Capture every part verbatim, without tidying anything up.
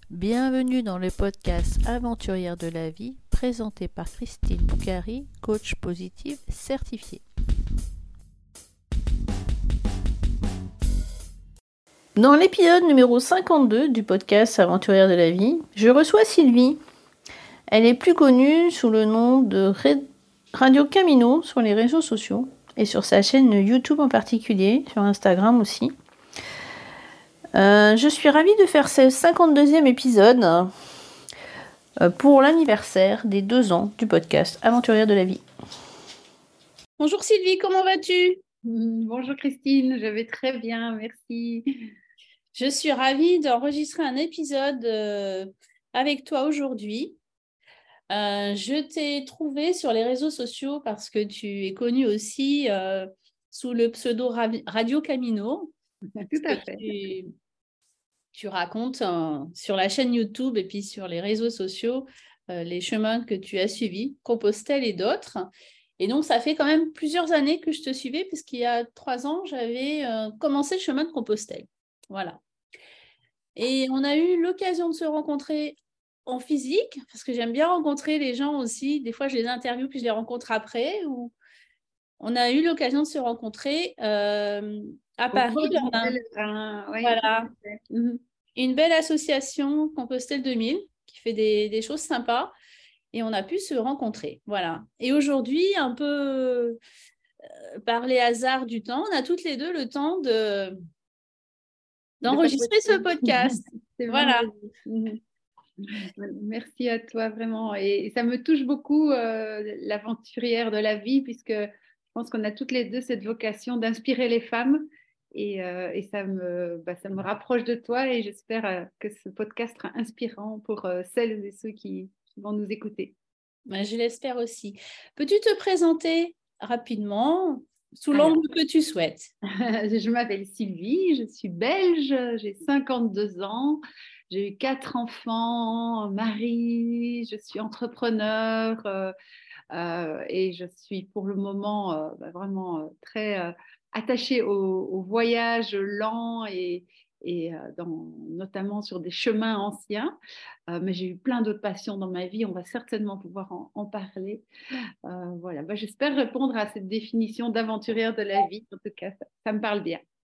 Bienvenue dans le podcast Aventurière de la vie, présenté par Christine Boukhari, coach positive certifiée. Dans l'épisode numéro cinquante-deux du podcast Aventurière de la vie, je reçois Sylvie. Elle est plus connue sous le nom de Radio Camino sur les réseaux sociaux et sur sa chaîne YouTube en particulier, sur Instagram aussi. Euh, je suis ravie de faire ce cinquante-deuxième épisode euh, pour l'anniversaire des deux ans du podcast Aventurière de la vie. Bonjour Sylvie, comment vas-tu ? Bonjour Christine, je vais très bien, merci. Je suis ravie d'enregistrer un épisode euh, avec toi aujourd'hui. Euh, je t'ai trouvé sur les réseaux sociaux parce que tu es connue aussi euh, sous le pseudo Radio Camino. Tout à fait. Tu, tu racontes euh, sur la chaîne YouTube et puis sur les réseaux sociaux euh, les chemins que tu as suivis, Compostelle et d'autres. Et donc, ça fait quand même plusieurs années que je te suivais, puisqu'il y a trois ans, j'avais euh, commencé le chemin de Compostelle. Voilà. Et on a eu l'occasion de se rencontrer en physique, parce que j'aime bien rencontrer les gens aussi. Des fois, je les interviewe, puis je les rencontre après. Ou... On a eu l'occasion de se rencontrer euh, à Au Paris. bord du On a... Pèlerin, oui, Voilà. mmh. Une belle association, Compostelle deux mille, qui fait des, des choses sympas. Et on a pu se rencontrer. Voilà. Et aujourd'hui, un peu euh, par les hasards du temps, on a toutes les deux le temps de, d'enregistrer de ce podcast. C'est Voilà. mmh. Merci à toi vraiment. Et ça me touche beaucoup, euh, l'aventurière de la vie, puisque je pense qu'on a toutes les deux cette vocation d'inspirer les femmes. Et, euh, et ça, me, bah, ça me rapproche de toi et j'espère euh, que ce podcast sera inspirant pour euh, celles et ceux qui, qui vont nous écouter. Ben, je l'espère aussi. Peux-tu te présenter rapidement sous l'angle que tu souhaites ? Je m'appelle Sylvie, je suis belge, j'ai cinquante-deux ans, j'ai eu quatre enfants, mari, je suis entrepreneur euh, euh, et je suis pour le moment euh, bah, vraiment euh, très euh, attachée au, au voyage lent et, et euh, dans, notamment sur des chemins anciens. Euh, mais j'ai eu plein d'autres passions dans ma vie, on va certainement pouvoir en, en parler. Euh, voilà, bah, j'espère répondre à cette définition d'aventurière de la vie. En tout cas, ça, ça me parle bien.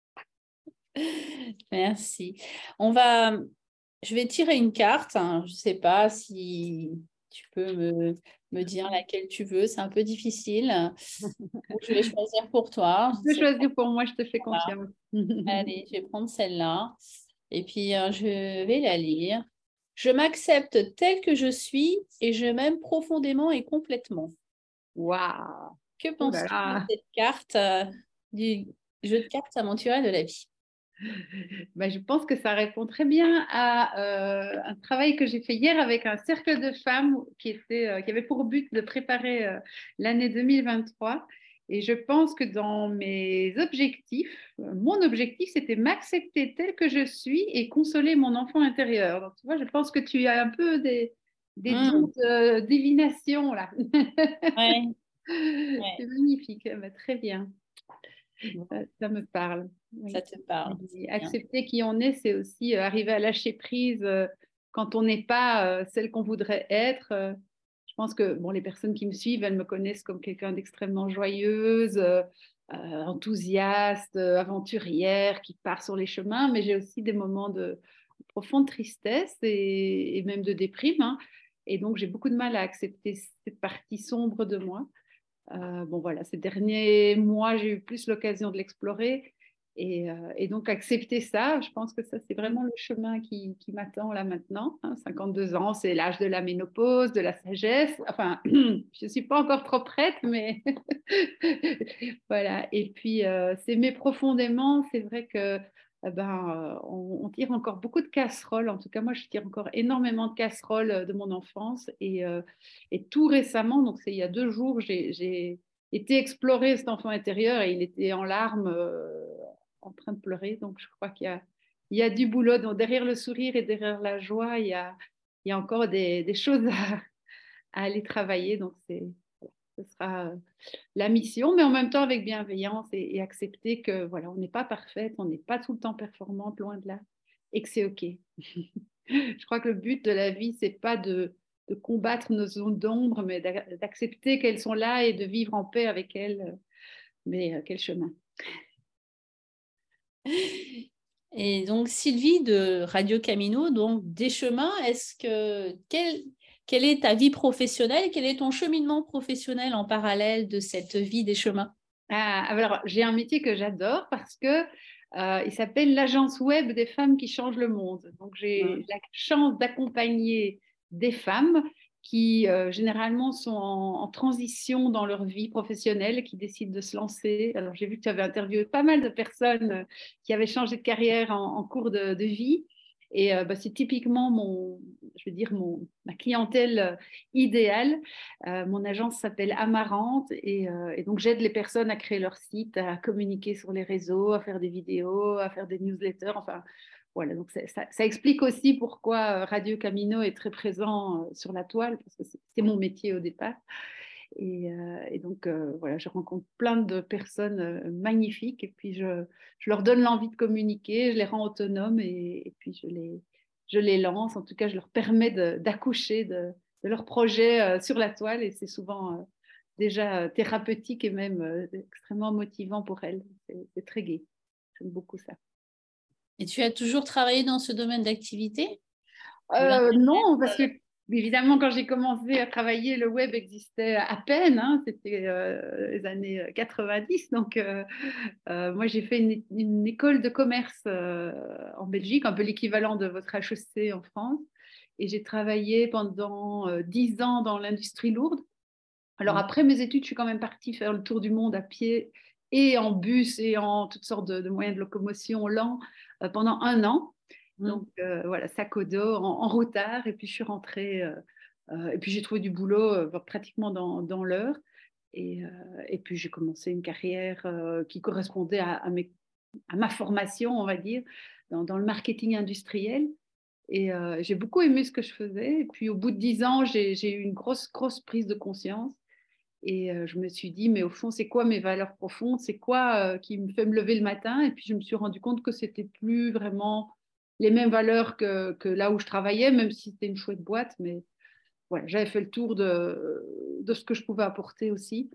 Merci. On va... Je vais tirer une carte. Hein. Je ne sais pas si tu peux me, me dire laquelle tu veux. C'est un peu difficile. Je vais choisir pour toi. Tu peux choisir pour moi, je te fais confiance. Allez, je vais prendre celle-là. Et puis, euh, je vais la lire. Je m'accepte telle que je suis et je m'aime profondément et complètement. Waouh! Que penses-tu de cette carte euh, du jeu de cartes aventurière de la vie? Ben, je pense que ça répond très bien à euh, un travail que j'ai fait hier avec un cercle de femmes qui, était, euh, qui avait pour but de préparer euh, l'année deux mille vingt-trois. Et je pense que dans mes objectifs, euh, mon objectif, c'était m'accepter telle que je suis et consoler mon enfant intérieur. Donc, tu vois, je pense que tu as un peu des, des Mmh. dons de divination là. Ouais. C'est Ouais. magnifique, ben, très bien. Ça, ça me parle. Oui. Ça te parle. Et accepter qui on est, c'est aussi euh, arriver à lâcher prise euh, quand on n'est pas euh, celle qu'on voudrait être. Euh, je pense que bon, les personnes qui me suivent, elles me connaissent comme quelqu'un d'extrêmement joyeuse, euh, euh, enthousiaste, euh, aventurière, qui part sur les chemins, mais j'ai aussi des moments de profonde tristesse et, et même de déprime. Hein. Et donc, j'ai beaucoup de mal à accepter cette partie sombre de moi. Euh, bon, voilà, ces derniers mois, j'ai eu plus l'occasion de l'explorer. Et, euh, et donc, accepter ça, je pense que ça, c'est vraiment le chemin qui, qui m'attend là maintenant. Hein, cinquante-deux ans, c'est l'âge de la ménopause, de la sagesse. Enfin, je ne suis pas encore trop prête, mais voilà. Et puis, euh, s'aimer profondément, c'est vrai que eh ben, on, on tire encore beaucoup de casseroles. En tout cas, moi, je tire encore énormément de casseroles de mon enfance. Et, euh, et tout récemment, donc c'est il y a deux jours, j'ai, j'ai été explorer cet enfant intérieur et il était en larmes, euh, en train de pleurer. Donc, je crois qu'il y a, il y a du boulot. Donc, derrière le sourire et derrière la joie, il y a, il y a encore des, des choses à, à aller travailler. Donc, c'est, ce sera la mission, mais en même temps avec bienveillance et, et accepter que voilà, on n'est pas parfaite, on n'est pas tout le temps performante, loin de là, et que c'est OK. Je crois que le but de la vie, c'est pas de, de combattre nos zones d'ombre, mais d'accepter qu'elles sont là et de vivre en paix avec elles. Mais euh, quel chemin. Et donc, Sylvie de Radio Camino, donc des chemins, est-ce que quelle, quelle est ta vie professionnelle? Quel est ton cheminement professionnel en parallèle de cette vie des chemins? Ah, alors, j'ai un métier que j'adore parce que euh, il s'appelle l'agence web des femmes qui changent le monde. Donc, j'ai la chance d'accompagner des femmes qui euh, généralement sont en, en transition dans leur vie professionnelle, qui décident de se lancer. Alors, j'ai vu que tu avais interviewé pas mal de personnes euh, qui avaient changé de carrière en, en cours de, de vie. Et euh, bah, c'est typiquement mon, je veux dire, mon, ma clientèle euh, idéale. Euh, mon agence s'appelle Amarante et, euh, et donc j'aide les personnes à créer leur site, à communiquer sur les réseaux, à faire des vidéos, à faire des newsletters. Enfin, voilà, donc ça, ça explique aussi pourquoi Radio Camino est très présent euh, sur la toile, parce que c'est mon métier au départ. Et, euh, et donc, euh, voilà, je rencontre plein de personnes euh, magnifiques et puis je, je, leur donne l'envie de communiquer, je les rends autonomes et, et puis je les, je les lance. En tout cas, je leur permets d'accoucher de, de, de leurs projets euh, sur la toile et c'est souvent euh, déjà euh, thérapeutique et même euh, extrêmement motivant pour elles. C'est très gai. J'aime beaucoup ça. Et tu as toujours travaillé dans ce domaine d'activité? Euh, non, parce que évidemment, quand j'ai commencé à travailler, le web existait à peine. Hein, c'était euh, les années quatre-vingt-dix. Donc, euh, euh, moi, j'ai fait une, une, école de commerce euh, en Belgique, un peu l'équivalent de votre H E C en France. Et j'ai travaillé pendant euh, dix ans dans l'industrie lourde. Alors, après mes études, je suis quand même partie faire le tour du monde à pied et en bus et en toutes sortes de, de moyens de locomotion lents euh, pendant un an. Donc euh, voilà, sac au dos, en, en routard, et puis je suis rentrée, euh, euh, et puis j'ai trouvé du boulot euh, pratiquement dans, dans l'heure, et, euh, et puis j'ai commencé une carrière euh, qui correspondait à, à, mes, à ma formation, on va dire, dans, dans le marketing industriel, et euh, j'ai beaucoup aimé ce que je faisais, et puis au bout de dix ans, j'ai eu une grosse, grosse prise de conscience, et euh, je me suis dit, mais au fond, c'est quoi mes valeurs profondes, c'est quoi euh, qui me fait me lever le matin, et puis je me suis rendu compte que c'était plus vraiment les mêmes valeurs que, que là où je travaillais, même si c'était une chouette boîte, mais voilà, j'avais fait le tour de, de ce que je pouvais apporter aussi.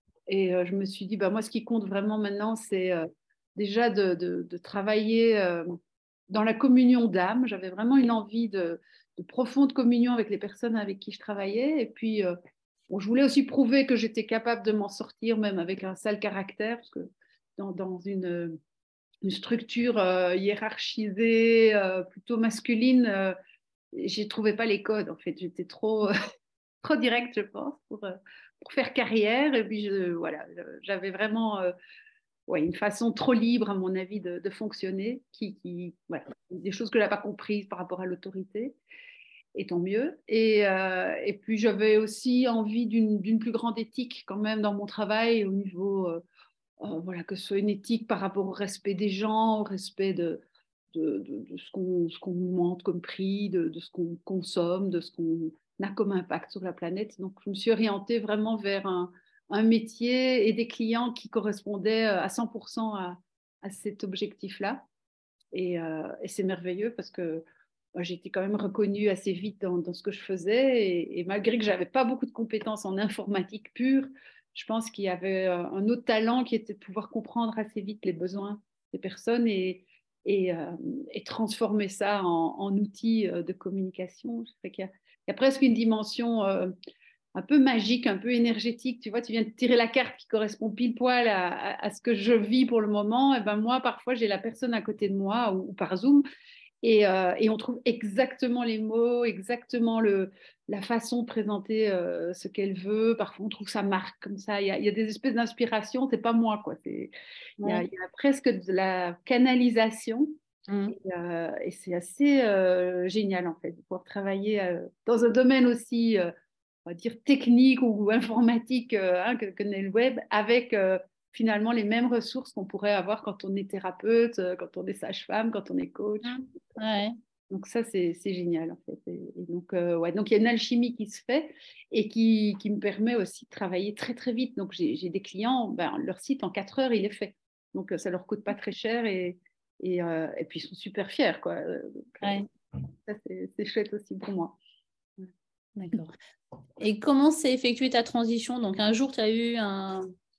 Et euh, je me suis dit, bah, moi, ce qui compte vraiment maintenant, c'est euh, déjà de, de, de travailler euh, dans la communion d'âme. J'avais vraiment une envie de, de profonde communion avec les personnes avec qui je travaillais. Et puis, euh, bon, je voulais aussi prouver que j'étais capable de m'en sortir, même avec un sale caractère, parce que dans, dans une une structure euh, hiérarchisée, euh, plutôt masculine, euh, j'ai trouvé pas les codes en fait. J'étais trop, trop directe, je pense, pour, euh, pour faire carrière. Et puis je, voilà, j'avais vraiment euh, ouais, une façon trop libre, à mon avis, de, de fonctionner, qui, qui voilà, des choses que je n'avais pas comprises par rapport à l'autorité. Et tant mieux. Et, euh, et puis j'avais aussi envie d'une plus grande éthique quand même dans mon travail au niveau euh, euh, voilà, que ce soit une éthique par rapport au respect des gens, au respect de, de, de, de ce qu'on ce qu'on nous demande comme prix, de, de ce qu'on consomme, de ce qu'on a comme impact sur la planète. Donc, je me suis orientée vraiment vers un, un métier et des clients qui correspondaient à cent pour cent à, à cet objectif-là. Et, euh, et c'est merveilleux parce que bah, j'ai été quand même reconnue assez vite dans, dans ce que je faisais. Et, et malgré que je n'avais pas beaucoup de compétences en informatique pure, je pense qu'il y avait un autre talent qui était de pouvoir comprendre assez vite les besoins des personnes et, et, euh, et transformer ça en, en outil de communication. Je sais qu'il y a, il y a presque une dimension euh, un peu magique, un peu énergétique. Tu vois, tu viens de tirer la carte qui correspond pile poil à, à, à ce que je vis pour le moment. Et ben moi, parfois, j'ai la personne à côté de moi ou, ou par Zoom et, euh, et, on trouve exactement les mots, exactement le, la façon de présenter euh, ce qu'elle veut. Parfois, on trouve ça marque comme ça. Il y a, il y a des espèces d'inspiration. C'est pas moi, quoi. Il y, a, il y a presque de la canalisation. Mmh. Et, euh, et c'est assez euh, génial, en fait, de pouvoir travailler euh, dans un domaine aussi, euh, on va dire, technique ou informatique euh, hein, que, que n'est le web, avec euh, finalement les mêmes ressources qu'on pourrait avoir quand on est thérapeute, quand on est sage-femme, quand on est coach. Mmh. Ouais. Donc ça, c'est génial en fait. Et, et donc, euh, ouais, donc il y a une alchimie qui se fait et qui, qui me permet aussi de travailler très très vite. Donc j'ai des clients, ben, leur site en quatre heures, il est fait. Donc ça leur coûte pas très cher et, et, euh, et puis ils sont super fiers. Quoi. Donc, ouais. Ça, c'est, c'est chouette aussi pour moi. D'accord. Et comment s'est effectuée ta transition? Donc, un jour, tu as eu un...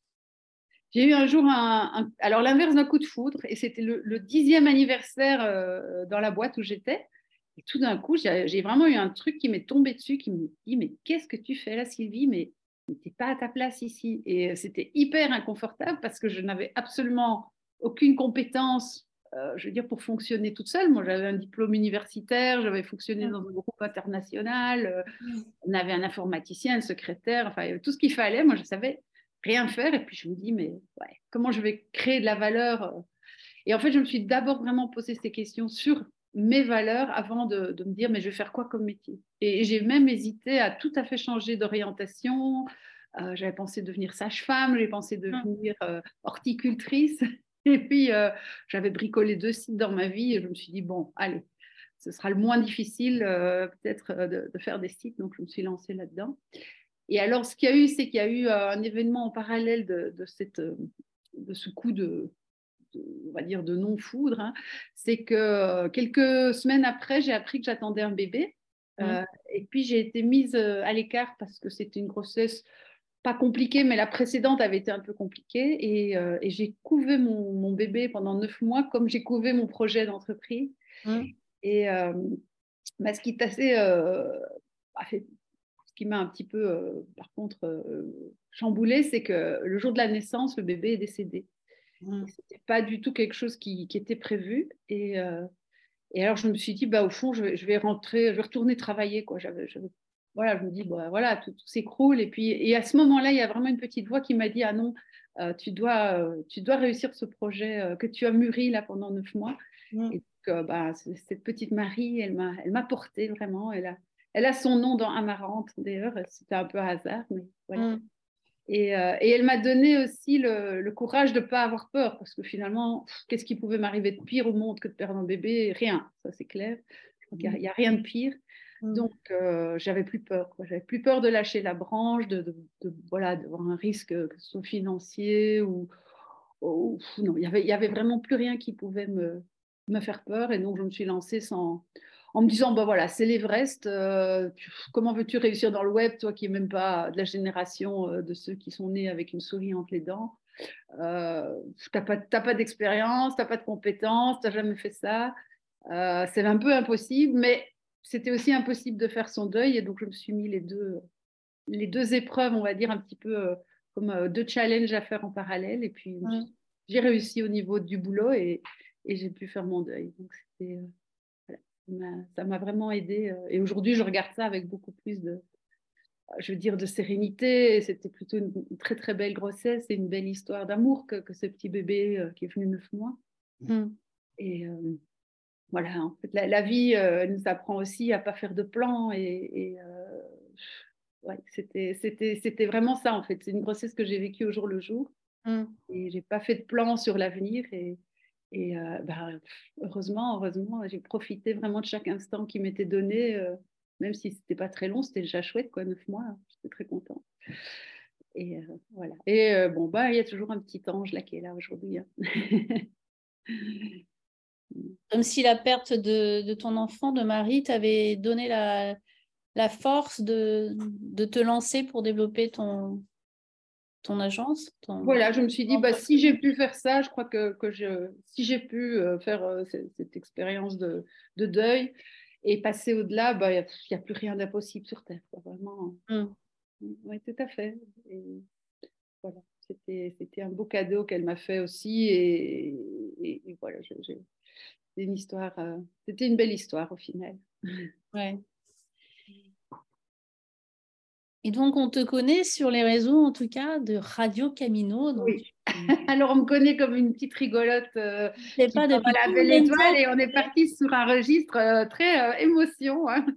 J'ai eu un jour, un, un- alors l'inverse d'un coup de foudre, et c'était le, le dixième anniversaire euh, dans la boîte où j'étais. Et tout d'un coup, j'ai, j'ai vraiment eu un truc qui m'est tombé dessus, qui me dit, mais qu'est-ce que tu fais là, Sylvie? Mais, mais t'es pas à ta place ici. Et euh, c'était hyper inconfortable parce que je n'avais absolument aucune compétence, euh, je veux dire, pour fonctionner toute seule. Moi, j'avais un diplôme universitaire, j'avais fonctionné dans un groupe international, euh, on avait un informaticien, un secrétaire, enfin, il y avait tout ce qu'il fallait. Moi, je savais rien faire. Et puis, je me dis, mais ouais, comment je vais créer de la valeur? Et en fait, je me suis d'abord vraiment posé ces questions sur mes valeurs avant de, de me dire, mais je vais faire quoi comme métier? Et, et j'ai même hésité à tout à fait changer d'orientation. Euh, j'avais pensé devenir sage-femme, j'ai pensé devenir euh, horticultrice. Et puis, euh, j'avais bricolé deux sites dans ma vie et je me suis dit, bon, allez, ce sera le moins difficile euh, peut-être euh, de, de, faire des sites. Donc, je me suis lancée là-dedans. Et alors, ce qu'il y a eu, c'est qu'il y a eu euh, un événement en parallèle de, de, cette, de ce coup de, de, on va dire, de non-foudre. Hein. C'est que euh, quelques semaines après, j'ai appris que j'attendais un bébé. Euh, mmh. Et puis, j'ai été mise euh, à l'écart parce que c'était une grossesse pas compliquée, mais la précédente avait été un peu compliquée. Et, euh, et j'ai couvé mon, mon bébé pendant neuf mois comme j'ai couvé mon projet d'entreprise. Mmh. Et euh, bah, ce qui est assez... Euh, fait, ce qui m'a un petit peu, euh, par contre, euh, chamboulée, c'est que le jour de la naissance, le bébé est décédé. Mmh. Ce n'était pas du tout quelque chose qui, qui était prévu. Et, euh, et alors, je me suis dit, bah, au fond, je vais, je vais rentrer, je vais retourner travailler. Quoi. J'avais, j'avais, voilà, je me dis, bah, voilà, tout, tout s'écroule. Et, puis, et à ce moment-là, il y a vraiment une petite voix qui m'a dit, ah non, euh, tu, dois, euh, tu dois réussir ce projet euh, que tu as mûri là pendant neuf mois. Mmh. Et donc, euh, bah, cette petite Marie, elle m'a, elle m'a portée vraiment. Elle a, elle a son nom dans Amarante, d'ailleurs. C'était un peu hasard, mais voilà. Mmh. Et, euh, et elle m'a donné aussi le, le courage de ne pas avoir peur, parce que finalement, qu'est-ce qui pouvait m'arriver de pire au monde que de perdre un bébé? Rien, ça c'est clair. Il n'y a, a rien de pire. Mmh. Donc, euh, j'avais plus peur. Quoi. J'avais plus peur de lâcher la branche, de, de, de, voilà, d'avoir un risque, que ce soit financier ou... ou non, il n'y avait, y avait vraiment plus rien qui pouvait me, me faire peur. Et donc, je me suis lancée sans... en me disant, bah voilà, c'est l'Everest, euh, comment veux-tu réussir dans le web, toi qui n'es même pas de la génération euh, de ceux qui sont nés avec une souris entre les dents, euh, tu n'as pas, t'as pas d'expérience, tu n'as pas de compétences, tu n'as jamais fait ça, euh, c'est un peu impossible, mais c'était aussi impossible de faire son deuil, et donc je me suis mis les deux, les deux épreuves, on va dire, un petit peu euh, comme euh, deux challenges à faire en parallèle, et puis mmh. j'ai réussi au niveau du boulot, et, et j'ai pu faire mon deuil, donc c'était... Euh, ça m'a vraiment aidée. Et aujourd'hui, je regarde ça avec beaucoup plus de, je veux dire, de sérénité. C'était plutôt une, une très, très belle grossesse et une belle histoire d'amour que, que ce petit bébé euh, qui est venu neuf mois. Mm. Et euh, voilà, en fait, la, la vie euh, nous apprend aussi à ne pas faire de plans. Et, et euh, ouais, c'était, c'était, c'était vraiment ça, en fait. C'est une grossesse que j'ai vécue au jour le jour. Mm. Et je n'ai pas fait de plan sur l'avenir. Et, Et euh, bah, heureusement, heureusement, j'ai profité vraiment de chaque instant qui m'était donné, euh, même si c'était pas très long, c'était déjà chouette, quoi, neuf mois, j'étais très contente. Et euh, voilà. Et euh, bon, bah, il y a toujours un petit ange là qui est là aujourd'hui. Hein. Comme si la perte de, de ton enfant, de Marie, t'avait donné la, la force de, de te lancer pour développer ton, ton agence. Ton... Voilà, je me suis dit, bah, si j'ai pu faire ça, je crois que, que je, si j'ai pu euh, faire euh, cette, cette expérience de, de deuil et passer au-delà, bah, il n'y a, a plus rien d'impossible sur Terre. Quoi, vraiment. Mm. Oui, tout à fait. Et voilà, c'était, c'était un beau cadeau qu'elle m'a fait aussi. Et, et, et voilà, je, je, c'est une histoire, euh, c'était une belle histoire au final. Ouais. Et donc, on te connaît sur les réseaux, en tout cas, de Radio Camino. Donc... Oui. Alors, on me connaît comme une petite rigolote euh, qui pas depuis la belle étoile et on est parti sur un registre euh, très euh, émotion. Hein.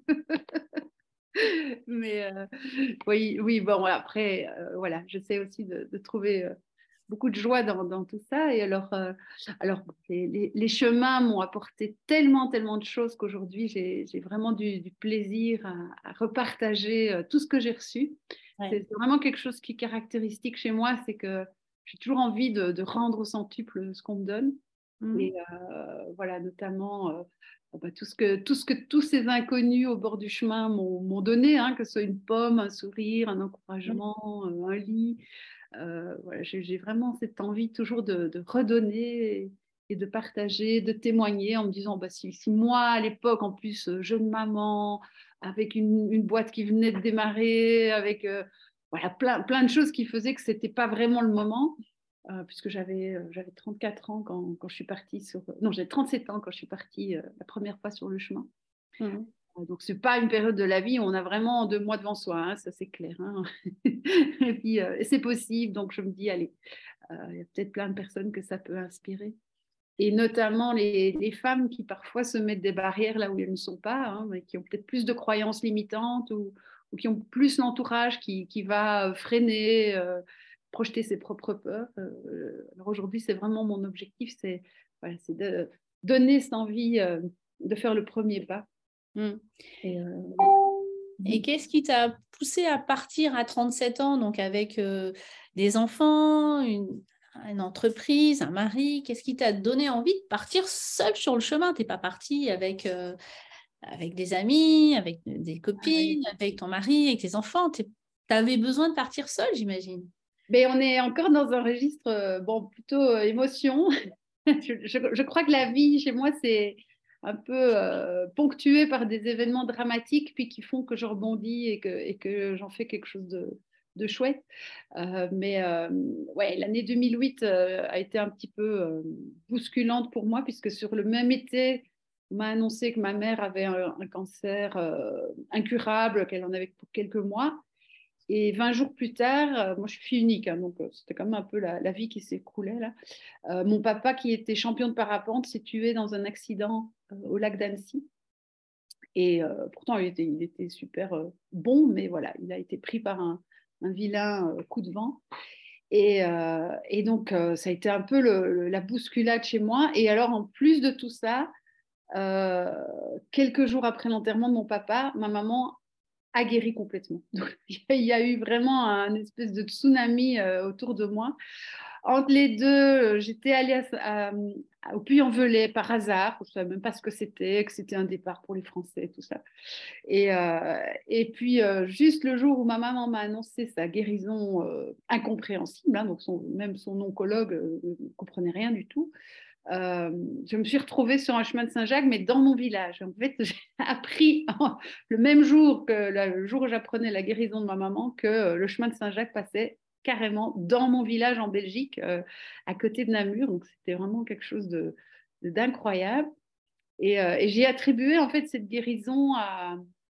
Mais euh, oui, oui, bon, après, euh, voilà, je sais aussi de, de trouver euh, beaucoup de joie dans, dans tout ça. Et alors, euh, alors les, les, les chemins m'ont apporté tellement, tellement de choses qu'aujourd'hui, j'ai, j'ai vraiment du, du plaisir à, à repartager euh, tout ce que j'ai reçu. Ouais. C'est vraiment quelque chose qui est caractéristique chez moi, c'est que j'ai toujours envie de, de rendre au centuple ce qu'on me donne. Mmh. Et euh, voilà, notamment... Euh, bah, tout ce que, tout ce que tous ces inconnus au bord du chemin m'ont m'ont donné, hein, que ce soit une pomme, un sourire, un encouragement, euh, un lit. Euh, voilà, j'ai j'ai vraiment cette envie toujours de, de redonner et, et de partager, de témoigner en me disant, bah, si, si moi, à l'époque, en plus, euh, jeune maman, avec une, une boîte qui venait de démarrer, avec euh, voilà, plein, plein de choses qui faisaient que ce n'était pas vraiment le moment, euh, puisque j'avais euh, j'avais trente-quatre ans quand, quand je suis partie sur... Non, j'avais trente-sept ans quand je suis partie euh, la première fois sur le chemin. Mmh. Donc, ce n'est pas une période de la vie où on a vraiment deux mois devant soi, hein, ça c'est clair. Hein. Et puis, euh, c'est possible, donc je me dis, allez, euh, il y a peut-être plein de personnes que ça peut inspirer. Et notamment les, les femmes qui parfois se mettent des barrières là où elles ne sont pas, hein, mais qui ont peut-être plus de croyances limitantes ou, ou qui ont plus l'entourage qui, qui va freiner, euh, projeter ses propres peurs. Euh, alors aujourd'hui, c'est vraiment mon objectif, c'est voilà, c'est de donner cette envie euh, de faire le premier pas. Mmh. Et, euh, Et qu'est-ce qui t'a poussé à partir à trente-sept ans, donc avec euh, des enfants, une, une entreprise, un mari? Qu'est-ce qui t'a donné envie de partir seule sur le chemin? Tu n'es pas partie avec, euh, avec des amis, avec des copines, avec ton mari, avec tes enfants. Tu avais besoin de partir seule, j'imagine. mais on est encore dans un registre euh, bon, plutôt euh, émotion. je, je, je crois que la vie chez moi, c'est un peu euh, ponctué par des événements dramatiques, puis qui font que je rebondis et que, et que j'en fais quelque chose de, de chouette. Euh, mais euh, ouais, l'année deux mille huit euh, a été un petit peu euh, bousculante pour moi, puisque sur le même été, on m'a annoncé que ma mère avait un, un cancer euh, incurable, qu'elle en avait pour quelques mois. Et vingt jours plus tard, euh, moi je suis fille unique, hein, donc euh, c'était quand même un peu la, la vie qui s'écroulait là. Euh, mon papa, qui était champion de parapente, s'est tué dans un accident euh, au lac d'Annecy. Et euh, pourtant, il était, il était super euh, bon, mais voilà, il a été pris par un, un vilain euh, coup de vent. Et, euh, et donc, euh, ça a été un peu le, le, la bousculade chez moi. Et alors, en plus de tout ça, euh, quelques jours après l'enterrement de mon papa, ma maman a guéri complètement. Donc, il y a eu vraiment un espèce de tsunami euh, autour de moi. Entre les deux, j'étais allée à, à, au Puy-en-Velay par hasard. Je ne savais même pas ce que c'était, que c'était un départ pour les Français, tout ça. Et, euh, et puis, euh, juste le jour où ma maman m'a annoncé sa guérison euh, incompréhensible, hein, donc son, même son oncologue euh, ne comprenait rien du tout, euh, je me suis retrouvée sur un chemin de Saint-Jacques, mais dans mon village. En fait, j'ai appris le même jour que le jour où j'apprenais la guérison de ma maman que le chemin de Saint-Jacques passait carrément dans mon village en Belgique, euh, à côté de Namur. Donc, c'était vraiment quelque chose de, de d'incroyable. Et, euh, et j'ai attribué en fait cette guérison à,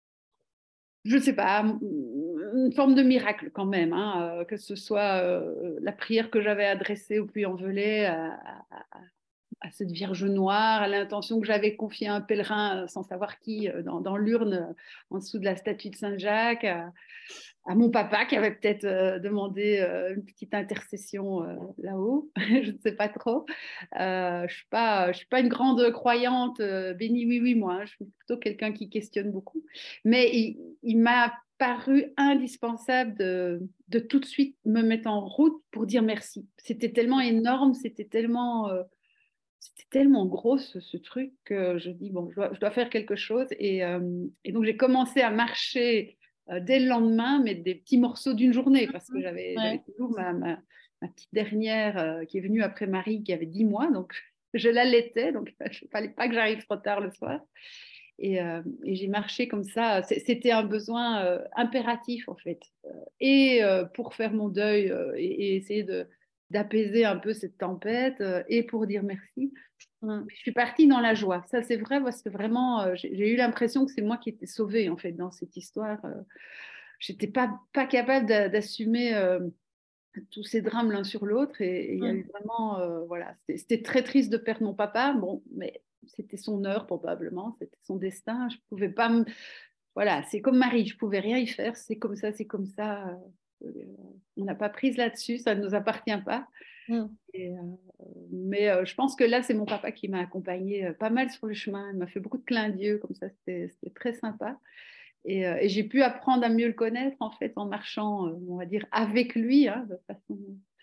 je ne sais pas, une forme de miracle quand même, hein, euh, que ce soit euh, la prière que j'avais adressée au Puy-en-Velay à, à, à cette Vierge Noire, à l'intention que j'avais confiée à un pèlerin, euh, sans savoir qui, euh, dans, dans l'urne euh, en dessous de la statue de Saint-Jacques, à, à mon papa qui avait peut-être euh, demandé euh, une petite intercession euh, là-haut, je ne sais pas trop. Euh, je ne suis pas, je suis pas une grande croyante, euh, béni oui oui moi, hein. Je suis plutôt quelqu'un qui questionne beaucoup. Mais il, il m'a paru indispensable de, de tout de suite me mettre en route pour dire merci. C'était tellement énorme, c'était tellement... Euh, c'était tellement gros ce, ce, truc que je dis, bon, je dois, je dois faire quelque chose. Et, euh, et donc, j'ai commencé à marcher euh, dès le lendemain, mais des petits morceaux d'une journée, parce que j'avais Ouais. toujours ma, ma, ma, petite dernière euh, qui est venue après Marie, qui avait dix mois. Donc, je l'allaitais, donc il ne fallait pas que j'arrive trop tard le soir. Et, euh, et j'ai marché comme ça. C'était un besoin euh, impératif, en fait. Euh, et euh, pour faire mon deuil euh, et, et essayer de d'apaiser un peu cette tempête euh, et pour dire merci. Mm. Je suis partie dans la joie. Ça, c'est vrai, parce que vraiment, euh, j'ai eu l'impression que c'est moi qui étais sauvée, en fait, dans cette histoire. Euh, je n'étais pas, pas capable d'assumer euh, tous ces drames l'un sur l'autre. Et il y a eu Mm. vraiment, euh, voilà, c'était très triste de perdre mon papa. Bon, mais c'était son heure, probablement. C'était son destin. Je pouvais pas me... Voilà, c'est comme Marie, je pouvais rien y faire. C'est comme ça, c'est comme ça. Euh, on n'a pas prise là-dessus, ça ne nous appartient pas. Mm. Et, euh, mais euh, je pense que là, c'est mon papa qui m'a accompagnée euh, pas mal sur le chemin. Il m'a fait beaucoup de clins d'yeux, comme ça, c'était très sympa. Et, euh, et j'ai pu apprendre à mieux le connaître, en fait, en marchant, euh, on va dire, avec lui, hein, de façon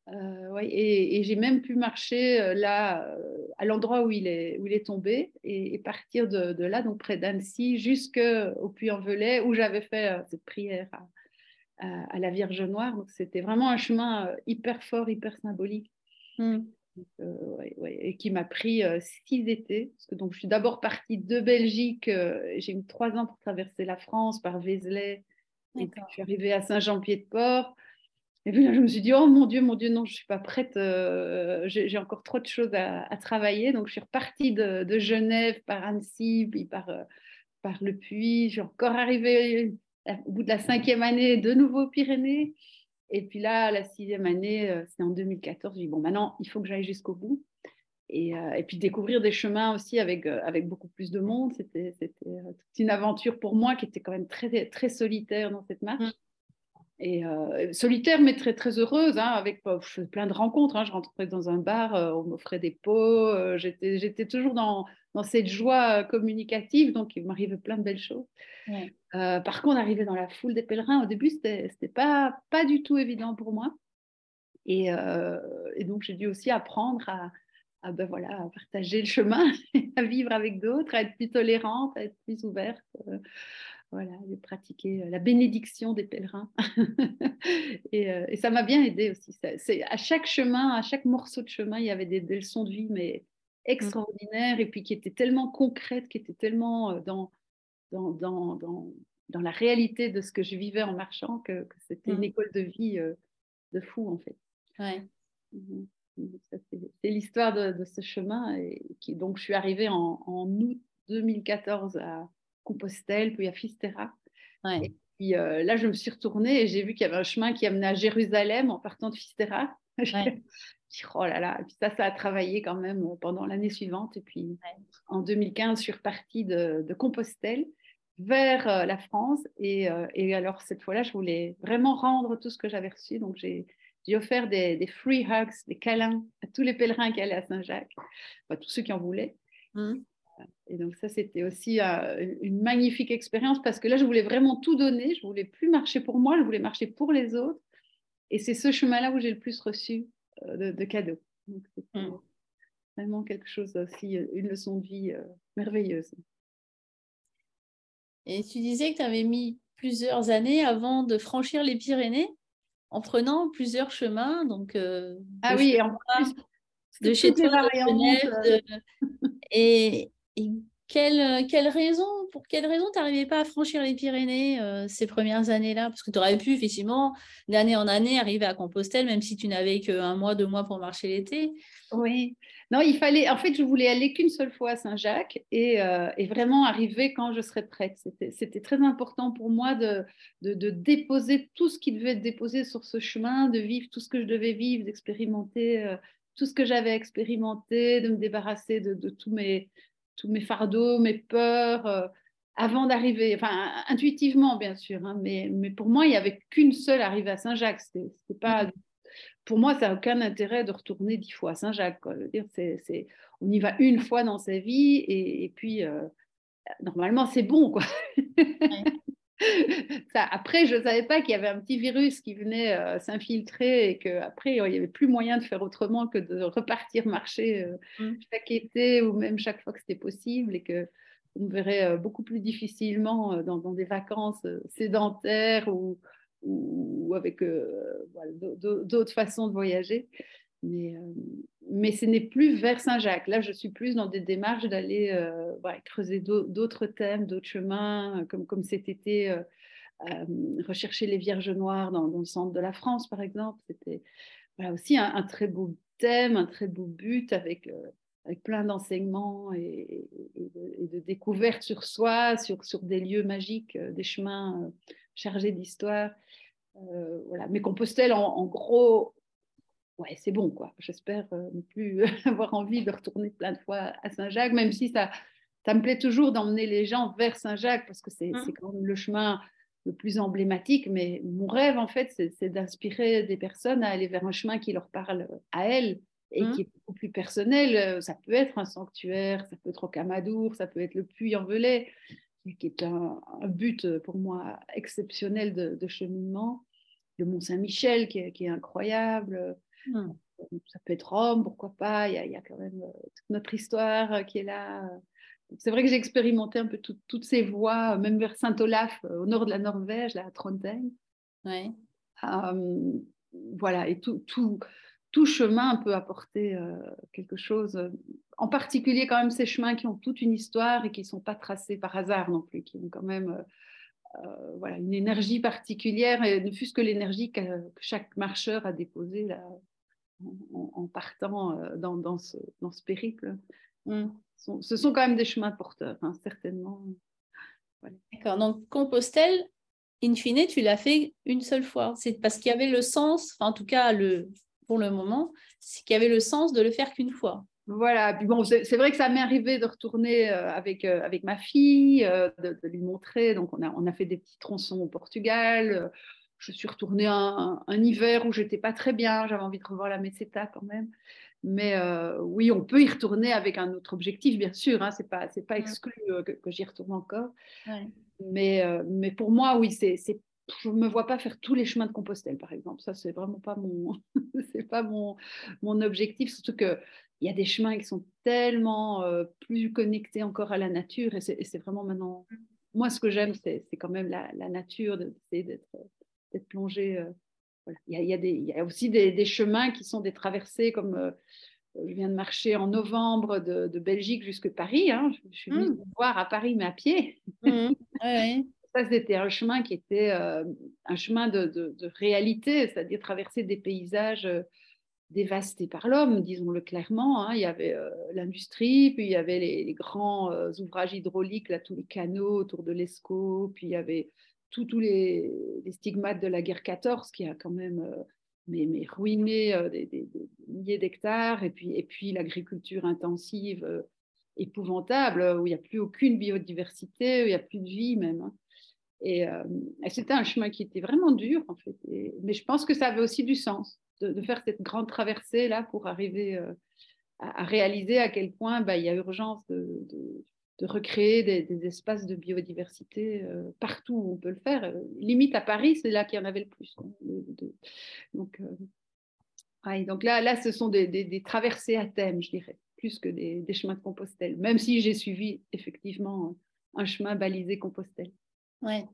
Euh, ouais, et, et j'ai même pu marcher euh, là, euh, à l'endroit où il est, où il est tombé, et, et partir de, de là, donc près d'Annecy, jusqu'au Puy-en-Velay, où j'avais fait euh, cette prière à, à, à la Vierge Noire. Donc c'était vraiment un chemin euh, hyper fort, hyper symbolique. Mm. Donc, euh, ouais, ouais, et qui m'a pris euh, six étés. Parce que, donc, je suis d'abord partie de Belgique. Euh, j'ai mis trois ans pour traverser la France par Vézelay. Et puis, je D'accord. suis arrivée à Saint-Jean-Pied-de-Port. Et puis là, je me suis dit, oh mon Dieu, mon Dieu, non, je ne suis pas prête. Euh, j'ai, j'ai encore trop de choses à, à, travailler. Donc, je suis repartie de, de Genève par Annecy, puis par, euh, par le Puy. Je suis encore arrivée au bout de la cinquième année de nouveau aux Pyrénées. Et puis là, la sixième année, euh, c'était en deux mille quatorze. J'ai dit, bon, maintenant, il faut que j'aille jusqu'au bout. Et, euh, et puis découvrir des chemins aussi avec, euh, avec beaucoup plus de monde. C'était, c'était euh, toute une aventure pour moi qui était quand même très, très solitaire dans cette marche. Mm. Et euh, solitaire, mais très, très heureuse, hein, avec euh, je faisais plein de rencontres. Hein. Je rentrais dans un bar, euh, on m'offrait des pots. Euh, j'étais, j'étais toujours dans, dans cette joie euh, communicative, donc il m'arrivait plein de belles choses. Ouais. Euh, par contre, arriver dans la foule des pèlerins, au début, c'était, c'était pas, pas du tout évident pour moi. Et, euh, et donc, j'ai dû aussi apprendre à, à, ben voilà, à partager le chemin, à vivre avec d'autres, à être plus tolérante, à être plus ouverte. Euh, voilà, et pratiquer la bénédiction des pèlerins. et, euh, et ça m'a bien aidé aussi. Ça, c'est, à chaque chemin, à chaque morceau de chemin, il y avait des, des leçons de vie, mais Mm. extraordinaires, et puis qui étaient tellement concrètes, qui étaient tellement dans, dans, dans, dans, dans la réalité de ce que je vivais en marchant, que, que c'était une Mm. école de vie euh, de fou, en fait. Ouais. Mhm. Ça, c'est, c'est l'histoire de, de ce chemin. Et qui, donc, je suis arrivée en, en août deux mille quatorze à Compostelle, puis à Fisterra. Ouais. Et puis euh, là, je me suis retournée et j'ai vu qu'il y avait un chemin qui amenait à Jérusalem en partant de Fisterra. Ouais. J'ai dit, oh là là. Et puis ça, ça a travaillé quand même pendant l'année suivante. Et puis en deux mille quinze, je suis repartie de, de Compostelle vers euh, la France. Et, euh, et alors, cette fois-là, je voulais vraiment rendre tout ce que j'avais reçu. Donc, j'ai, j'ai offert des, des free hugs, des câlins à tous les pèlerins qui allaient à Saint-Jacques, enfin, tous ceux qui en voulaient. Mm. Et donc ça, c'était aussi euh, une magnifique expérience parce que là, je voulais vraiment tout donner. Je voulais plus marcher pour moi, je voulais marcher pour les autres. Et c'est ce chemin-là où j'ai le plus reçu euh, de, de cadeaux. Donc c'était Mm. vraiment quelque chose aussi, euh, une leçon de vie euh, merveilleuse. Et tu disais que tu avais mis plusieurs années avant de franchir les Pyrénées en prenant plusieurs chemins, donc euh, Ah de oui, chez et en toi, plus, de chez toutes les toi, de variantes. Genève, de- et, et quelle, quelle raison, pour quelle raison tu n'arrivais pas à franchir les Pyrénées euh, ces premières années-là? Parce que tu aurais pu, effectivement, d'année en année, arriver à Compostelle, même si tu n'avais qu'un mois, deux mois pour marcher l'été. Oui, non, il fallait. En fait, je voulais aller qu'une seule fois à Saint-Jacques et, euh, et vraiment arriver quand je serais prête. C'était, c'était très important pour moi de, de, de déposer tout ce qui devait être déposé sur ce chemin, de vivre tout ce que je devais vivre, d'expérimenter euh, tout ce que j'avais expérimenté, de me débarrasser de, de tous mes, tous mes fardeaux, mes peurs, euh, avant d'arriver. Enfin, intuitivement, bien sûr, hein, mais, mais pour moi, il n'y avait qu'une seule arrivée à Saint-Jacques. C'était, c'était pas Mm. pour moi, ça n'a aucun intérêt de retourner dix fois à Saint-Jacques. Quoi. Je veux dire, c'est, c'est, on y va une fois dans sa vie et, et puis euh, normalement c'est bon, quoi. Ouais. Ça, après, je ne savais pas qu'il y avait un petit virus qui venait euh, s'infiltrer et qu'après, il n'y avait plus moyen de faire autrement que de repartir marcher euh, Mm. chaque été ou même chaque fois que c'était possible et que on me verrait euh, beaucoup plus difficilement euh, dans, dans, des vacances euh, sédentaires ou, ou avec euh, voilà, d'autres façons de voyager. Mais, euh, mais ce n'est plus vers Saint-Jacques. Là, je suis plus dans des démarches d'aller euh, voilà, creuser d'autres thèmes, d'autres chemins, comme, comme cet été, euh, euh, rechercher les Vierges Noires dans, dans, le centre de la France, par exemple. C'était voilà, aussi un, un, très beau thème, un très beau but avec, euh, avec plein d'enseignements et, et, de, et de découvertes sur soi, sur, sur des lieux magiques, euh, des chemins euh, chargés d'histoire. Euh, voilà. Mais Compostelle, en, en gros, ouais, c'est bon, quoi. J'espère euh, ne plus avoir envie de retourner plein de fois à Saint-Jacques, même si ça, ça me plaît toujours d'emmener les gens vers Saint-Jacques, parce que c'est Mm. quand même le chemin le plus emblématique. Mais mon rêve, en fait, c'est d'inspirer des personnes à aller vers un chemin qui leur parle à elles et Mm. qui est beaucoup plus personnel. Ça peut être un sanctuaire, ça peut être Rocamadour, ça peut être le Puy-en-Velay, qui est un, un, but pour moi exceptionnel de, de cheminement. Le Mont-Saint-Michel, qui, qui est incroyable. Mm. Ça peut être Rome, pourquoi pas, il y a, il y a quand même euh, toute notre histoire euh, qui est là. C'est vrai que j'ai expérimenté un peu tout, toutes ces voies, même vers Saint-Olaf, euh, au nord de la Norvège, là, à Trondheim. Ouais. Euh, voilà, et tout, tout, tout chemin peut apporter euh, quelque chose. En particulier, quand même, ces chemins qui ont toute une histoire et qui ne sont pas tracés par hasard non plus, qui ont quand même euh, voilà, une énergie particulière, et ne fût-ce que l'énergie que, que chaque marcheur a déposée là, en, en partant euh, dans, dans, ce, dans ce périple. Mm. Ce sont, ce sont quand même des chemins porteurs, hein, certainement. Voilà. D'accord. Donc, Compostelle, in fine, tu l'as fait une seule fois. C'est parce qu'il y avait le sens, enfin, en tout cas, le, pour le moment, c'est qu'il y avait le sens de le faire qu'une fois. Voilà, puis bon, c'est vrai que ça m'est arrivé de retourner euh, avec, euh, avec ma fille, euh, de, de lui montrer. Donc, on a, on a fait des petits tronçons au Portugal. Euh, je suis retournée un, un hiver où j'étais pas très bien. J'avais envie de revoir la Meseta quand même. Mais euh, oui, on peut y retourner avec un autre objectif, bien sûr. Hein, c'est pas, c'est pas Mm. exclu euh, que, que j'y retourne encore. Ouais. Mais, euh, mais pour moi, oui, c'est, c'est, je ne me vois pas faire tous les chemins de Compostelle, par exemple. Ça, c'est vraiment pas mon, c'est pas mon, mon objectif. Surtout qu'il y a des chemins qui sont tellement euh, plus connectés encore à la nature. Et c'est, et c'est vraiment maintenant. Moi, ce que j'aime, c'est, c'est quand même la, la nature, d'essayer d'être, d'être plongé. Euh, voilà. il, y a, il, y a des, il y a aussi des, des chemins qui sont des traversées comme. Euh, je viens de marcher en novembre de, de Belgique jusque Paris. Hein. Je, je suis venue Mm. te voir à Paris, mais à pied. Mm. Ouais. Ça, c'était un chemin qui était euh, un chemin de, de, de réalité, c'est-à-dire traverser des paysages euh, dévastés par l'homme, disons-le clairement. Hein. Il y avait euh, l'industrie, puis il y avait les, les grands euh, ouvrages hydrauliques, là, tous les canaux autour de l'Escaut, puis il y avait tous les, les stigmates de la guerre quatorze qui a quand même euh, mais, mais ruiné euh, des, des, des, milliers d'hectares, et puis, et puis l'agriculture intensive euh, épouvantable, où il n'y a plus aucune biodiversité, où il n'y a plus de vie même. Hein. Et, euh, et c'était un chemin qui était vraiment dur, en fait. Et, mais je pense que ça avait aussi du sens de, de faire cette grande traversée là pour arriver euh, à, à, réaliser à quel point bah, il y a urgence de, de, de recréer des, des, espaces de biodiversité euh, partout où on peut le faire. Euh, limite à Paris, c'est là qu'il y en avait le plus. De, de, donc, euh, ouais, donc là, là, ce sont des, des, des traversées à thème, je dirais, plus que des, des chemins de Compostelle, même si j'ai suivi effectivement un chemin balisé Compostelle. Ouais.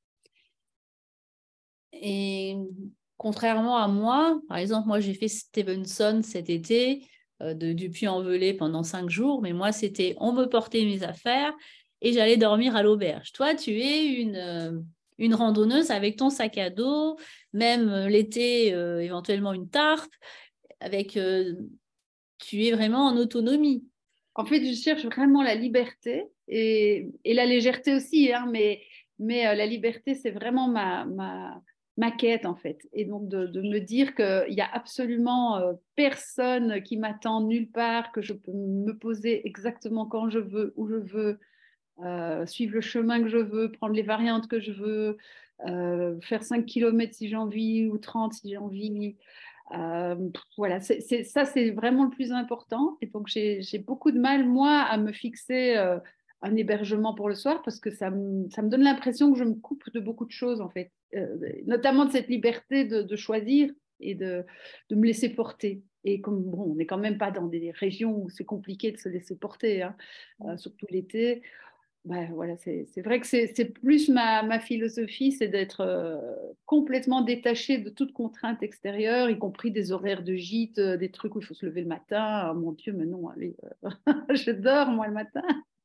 Et contrairement à moi, par exemple, moi j'ai fait Stevenson cet été, euh, de, du Puy-en-Velay pendant cinq jours, mais moi c'était on me portait mes affaires et j'allais dormir à l'auberge. Toi, tu es une, euh, une randonneuse avec ton sac à dos, même euh, l'été, euh, éventuellement une tarpe, avec, euh, tu es vraiment en autonomie. En fait, je cherche vraiment la liberté et, et la légèreté aussi, hein, mais, mais euh, la liberté, c'est vraiment ma, ma, ma quête, en fait. Et donc, de, de me dire qu'il n'y a absolument euh, personne qui m'attend nulle part, que je peux me poser exactement quand je veux, où je veux, euh, suivre le chemin que je veux, prendre les variantes que je veux, euh, faire cinq kilomètres si j'ai envie ou trente si j'ai envie. Euh, voilà, c'est, c'est, ça c'est vraiment le plus important. Et donc j'ai, j'ai beaucoup de mal, moi, à me fixer euh, un hébergement pour le soir parce que ça me, ça me donne l'impression que je me coupe de beaucoup de choses, en fait, euh, notamment de cette liberté de, de choisir et de, de, me laisser porter. Et comme bon, on n'est quand même pas dans des régions où c'est compliqué de se laisser porter, hein, euh, surtout l'été. Ben, voilà, c'est, c'est vrai que c'est, c'est plus ma, ma philosophie, c'est d'être euh, complètement détachée de toute contrainte extérieure, y compris des horaires de gîte, euh, des trucs où il faut se lever le matin. Oh, mon Dieu, mais non, allez, euh, je dors moi le matin.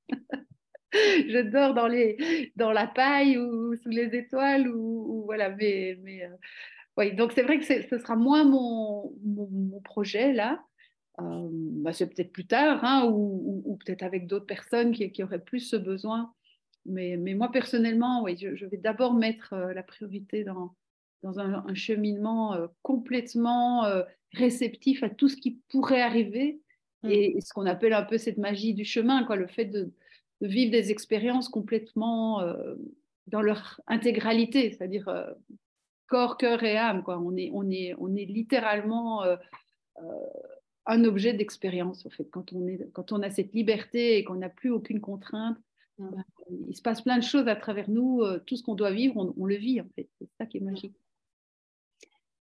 Je dors dans, les, dans la paille ou sous les étoiles. Ou, ou voilà, mais, mais euh, oui, donc c'est vrai que c'est, ce sera moins mon, mon, mon projet là. Euh, bah, c'est peut-être plus tard, hein, ou, ou, ou peut-être avec d'autres personnes qui, qui, auraient plus ce besoin. Mais, mais moi, personnellement, oui, je, je vais d'abord mettre euh, la priorité dans, dans un, un cheminement euh, complètement euh, réceptif à tout ce qui pourrait arriver Mm. et, et ce qu'on appelle un peu cette magie du chemin, quoi, le fait de, de vivre des expériences complètement euh, dans leur intégralité, c'est-à-dire euh, corps, cœur et âme. Quoi. On, est, on, est, on est littéralement euh, euh, un objet d'expérience, en fait. Quand on, est, quand on a cette liberté et qu'on n'a plus aucune contrainte, Mm. ben, il se passe plein de choses à travers nous. Euh, tout ce qu'on doit vivre, on, on le vit, en fait. C'est ça qui est magique.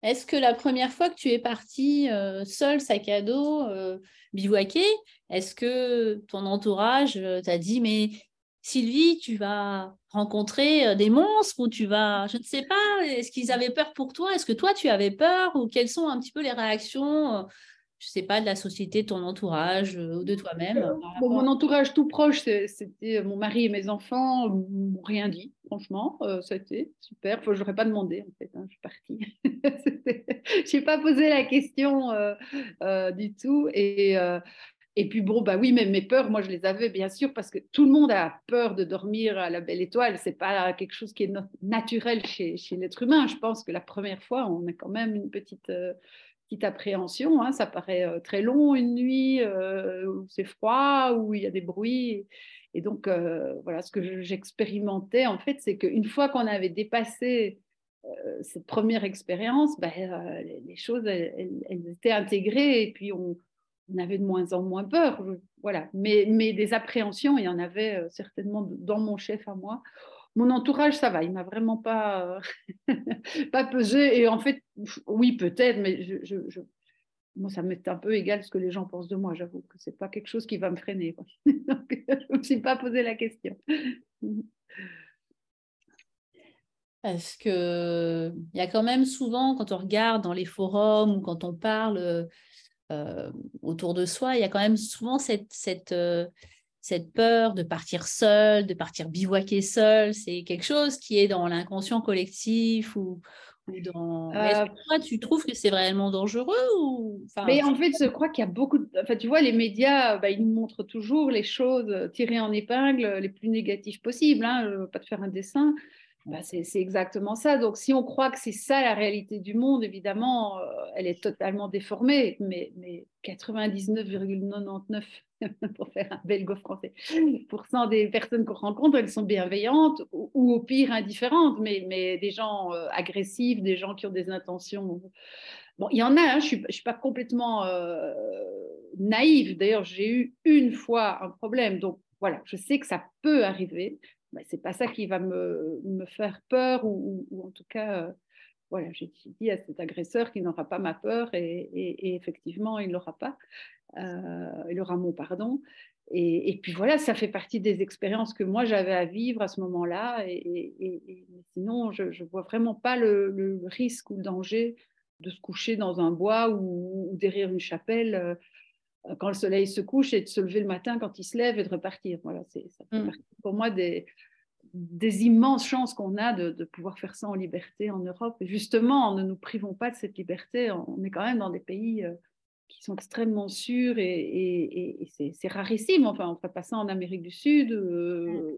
Est-ce que la première fois que tu es partie euh, seule, sac à dos, euh, bivouaquer, est-ce que ton entourage euh, t'a dit, mais Sylvie, tu vas rencontrer euh, des monstres ou tu vas, je ne sais pas, est-ce qu'ils avaient peur pour toi? Est-ce que toi, tu avais peur ou quelles sont un petit peu les réactions, euh, je ne sais pas, de la société, de ton entourage euh, ou de toi-même euh, par Bon, rapport mon à... entourage tout proche, c'est- c'était mon mari et mes enfants, m'ont rien dit, franchement. Euh, ça a été super. Enfin, je n'aurais pas demandé, en fait, hein, je suis partie. Je n'ai pas posé la question euh, euh, du tout. Et, euh, et puis, bon, bah oui, mais mes peurs, moi, je les avais, bien sûr, parce que tout le monde a peur de dormir à la belle étoile. Ce n'est pas quelque chose qui est no- naturel chez, chez l'être humain. Je pense que la première fois, on a quand même une petite... euh, petite appréhension, hein, ça paraît euh, très long une nuit, euh, où c'est froid, où il y a des bruits. Et donc, euh, voilà, ce que j'expérimentais, en fait, c'est qu'une fois qu'on avait dépassé euh, cette première expérience, ben, euh, les, les choses, elles, elles, elles étaient intégrées et puis on, on avait de moins en moins peur. Voilà. Mais, mais des appréhensions, il y en avait euh, certainement dans mon chef à moi. Mon entourage, ça va, il m'a vraiment pas, euh, pas pesé. Et en fait, oui, peut-être, mais je, je, je, moi, ça m'est un peu égal ce que les gens pensent de moi. J'avoue que c'est pas quelque chose qui va me freiner, quoi. Donc, je me suis pas posé la question. Parce que il y a quand même souvent, quand on regarde dans les forums ou quand on parle euh, autour de soi, il y a quand même souvent cette, cette, euh, cette peur de partir seul, de partir bivouaquer seul. C'est quelque chose qui est dans l'inconscient collectif ou, ou dans... Mais est-ce Euh, que toi, tu trouves que c'est vraiment dangereux ou... Enfin, mais en fait, je crois qu'il y a beaucoup de... Enfin, tu vois, les médias, bah, ils nous montrent toujours les choses tirées en épingle les plus négatives possibles. Hein. Je ne veux pas te faire un dessin. Bah, c'est c'est exactement ça. Donc, si on croit que c'est ça la réalité du monde, évidemment, euh, elle est totalement déformée. Mais, mais quatre-vingt-dix-neuf virgule quatre-vingt-dix-neuf, pour faire un belgo-français, pour cent des personnes qu'on rencontre, elles sont bienveillantes ou, ou au pire indifférentes, mais, mais des gens euh, agressifs, des gens qui ont des intentions. Bon, il y en a, hein, je ne suis, je suis pas complètement euh, naïve. D'ailleurs, j'ai eu une fois un problème. Donc, voilà, je sais que ça peut arriver. Mais ce n'est pas ça qui va me, me faire peur ou, ou, ou en tout cas, euh, voilà, j'ai dit à cet agresseur qu'il n'aura pas ma peur et, et, et effectivement, il ne l'aura pas. Euh, il aura mon pardon. Et, et, puis voilà, ça fait partie des expériences que moi j'avais à vivre à ce moment-là. Et, et, et sinon, je ne vois vraiment pas le, le, risque ou le danger de se coucher dans un bois ou, ou derrière une chapelle euh, quand le soleil se couche et de se lever le matin quand il se lève et de repartir. Voilà, ça fait mm. partie pour moi des, des immenses chances qu'on a de, de pouvoir faire ça en liberté en Europe. Et justement, ne nous privons pas de cette liberté. On est quand même dans des pays euh, qui sont extrêmement sûrs et, et, et c'est rarissime. Enfin, on ne fait pas ça en Amérique du Sud euh,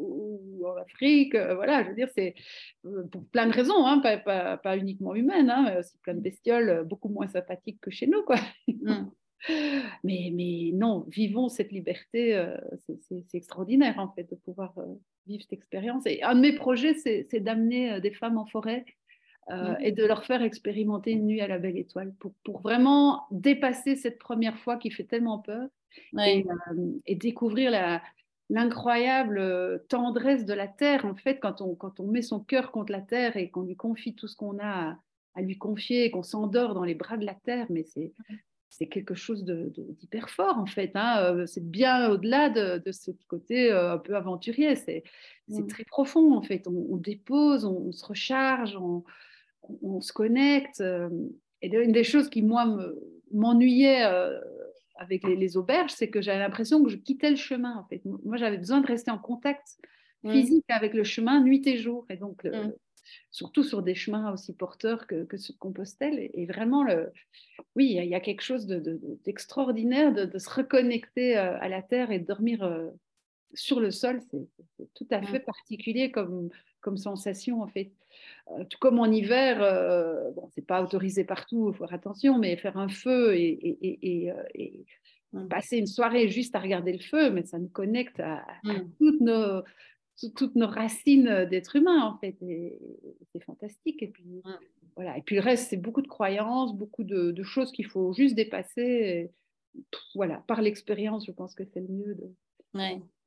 ou en Afrique. Euh, voilà, je veux dire, c'est euh, pour plein de raisons, hein, pas, pas, pas uniquement humaines, hein, mais aussi plein de bestioles beaucoup moins sympathiques que chez nous, quoi. Mm. Mais, mais non, vivons cette liberté, euh, c'est extraordinaire en fait de pouvoir euh, vivre cette expérience. Et un de mes projets, c'est d'amener euh, des femmes en forêt euh, Mm. et de leur faire expérimenter une nuit à la belle étoile pour, pour vraiment dépasser cette première fois qui fait tellement peur et, Ouais. euh, et découvrir la, l'incroyable euh, tendresse de la terre. En fait, quand on, quand on met son cœur contre la terre et qu'on lui confie tout ce qu'on a à, à lui confier et qu'on s'endort dans les bras de la terre, mais c'est c'est quelque chose d'hyper fort en fait. Hein. C'est bien au-delà de, de ce côté euh, un peu aventurier. C'est Mm. très profond en fait. On, on dépose, on, on, se recharge, on, on, on se connecte. Euh, et une des choses qui moi m'ennuyait euh, avec les, les auberges, c'est que j'avais l'impression que je quittais le chemin en fait. Moi, j'avais besoin de rester en contact Mm. physique avec le chemin nuit et jour. Et donc, le, Mm. surtout sur des chemins aussi porteurs que, que ceux de Compostelle. Et, et vraiment, le, oui, il y a quelque chose d'extraordinaire de, de, de, de, se reconnecter euh, à la terre et de dormir euh, sur le sol. C'est tout à fait Mm. particulier comme, comme sensation, en fait. Euh, tout comme en hiver, euh, bon, c'est pas autorisé partout, il faut faire attention, mais faire un feu et, et, et, et, et Mm. passer une soirée juste à regarder le feu, mais ça nous connecte à, à Mm. toutes nos toutes nos racines d'être humain en fait et, et c'est fantastique et puis Mm. voilà et puis le reste c'est beaucoup de croyances beaucoup de, de choses qu'il faut juste dépasser et, voilà par l'expérience je pense que c'est le mieux de Ouais.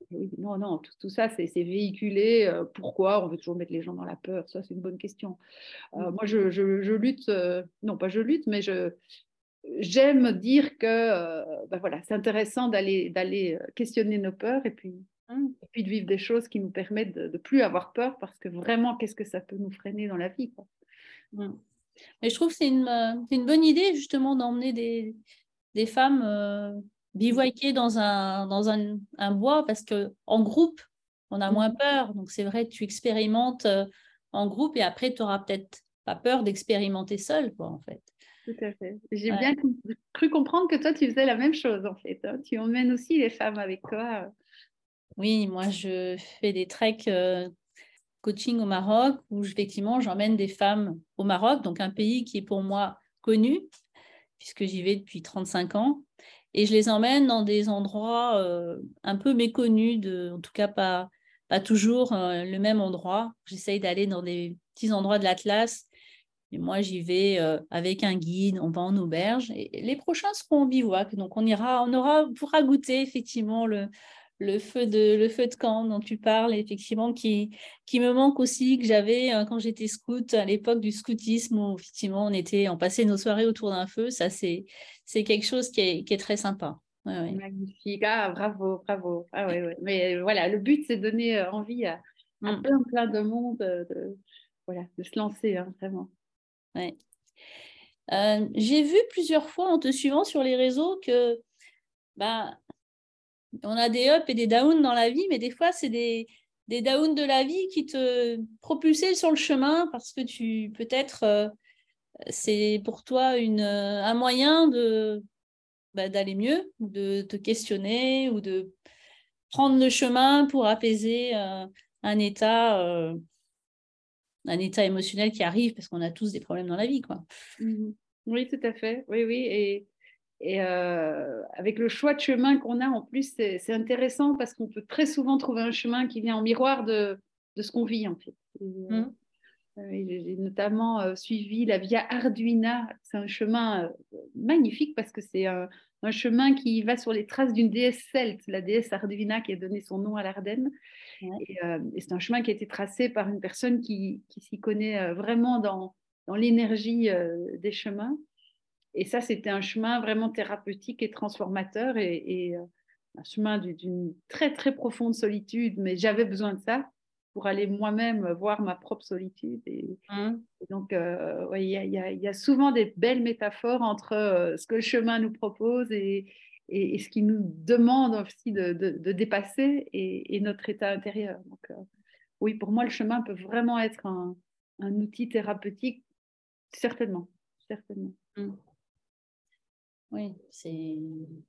oui, non, non, tout, tout ça, c'est véhiculé. Euh, pourquoi on veut toujours mettre les gens dans la peur? Ça, c'est une bonne question. Euh, moi, je, je, je lutte, euh, non pas je lutte, mais je j'aime dire que euh, ben voilà, c'est intéressant d'aller d'aller questionner nos peurs et puis, Mm. et puis de vivre des choses qui nous permettent de ne plus avoir peur parce que vraiment, qu'est-ce que ça peut nous freiner dans la vie, quoi. Mm. Et je trouve que c'est une, euh, c'est une bonne idée justement d'emmener des, des femmes euh, bivouaquer dans un, dans un, un bois parce qu'en groupe, on a moins peur. Donc c'est vrai que tu expérimentes euh, en groupe et après, tu n'auras peut-être pas peur d'expérimenter seul, quoi, en fait. Tout à fait. J'ai Ouais. bien cru comprendre que toi, tu faisais la même chose, en fait, hein. Tu emmènes aussi les femmes avec toi. Oui, moi, je fais des treks euh, coaching au Maroc où effectivement, j'emmène des femmes au Maroc, donc un pays qui est pour moi connu puisque j'y vais depuis trente-cinq ans. Et je les emmène dans des endroits euh, un peu méconnus, de, en tout cas pas, pas toujours euh, le même endroit. J'essaye d'aller dans des petits endroits de l'Atlas. Et moi, j'y vais euh, avec un guide, on va en auberge. Et les prochains seront en bivouac. Donc, on ira, on aura, on pourra goûter effectivement le, le, feu de, le feu de camp dont tu parles, effectivement, qui, qui me manque aussi, que j'avais euh, quand j'étais scout, à l'époque du scoutisme, où effectivement, on, était, on passait nos soirées autour d'un feu. Ça, c'est, c'est quelque chose qui est, qui est très sympa. Ouais, ouais. Magnifique. Ah, bravo, bravo. Ah, ouais, ouais. Mais euh, voilà, le but, c'est de donner euh, envie à, à Mm, plein, plein de monde euh, de, voilà, de se lancer, hein, vraiment. ouais. Euh, j'ai vu plusieurs fois en te suivant sur les réseaux que ben, on a des ups et des downs dans la vie, mais des fois, c'est des, des downs de la vie qui te propulsaient sur le chemin parce que tu, peut-être, euh, c'est pour toi une, euh, un moyen de, bah, d'aller mieux, de te questionner ou de prendre le chemin pour apaiser euh, un état, euh, un état émotionnel qui arrive parce qu'on a tous des problèmes dans la vie, quoi. Mhm. Oui, tout à fait. Oui, oui. Et, et euh, avec le choix de chemin qu'on a, en plus, c'est c'est intéressant parce qu'on peut très souvent trouver un chemin qui vient en miroir de, de ce qu'on vit, en fait. Et, euh, Mm. oui, j'ai notamment euh, suivi la Via Arduina. C'est un chemin euh, magnifique parce que c'est un, un chemin qui va sur les traces d'une déesse celte, la déesse Arduina qui a donné son nom à l'Ardenne. Ouais. Et, euh, et c'est un chemin qui a été tracé par une personne qui, qui s'y connaît euh, vraiment dans, dans l'énergie euh, des chemins. Et ça, c'était un chemin vraiment thérapeutique et transformateur et, et euh, un chemin d'une très, très profonde solitude. Mais j'avais besoin de ça pour aller moi-même voir ma propre solitude. Et, Mm. et donc, euh, ouais, il y, a, y, a, y a souvent des belles métaphores entre euh, ce que le chemin nous propose et, et, et ce qu'il nous demande aussi de, de, de dépasser et, et, notre état intérieur. Donc, euh, oui, pour moi, le chemin peut vraiment être un, un outil thérapeutique, certainement. certainement. Mm. Oui, c'est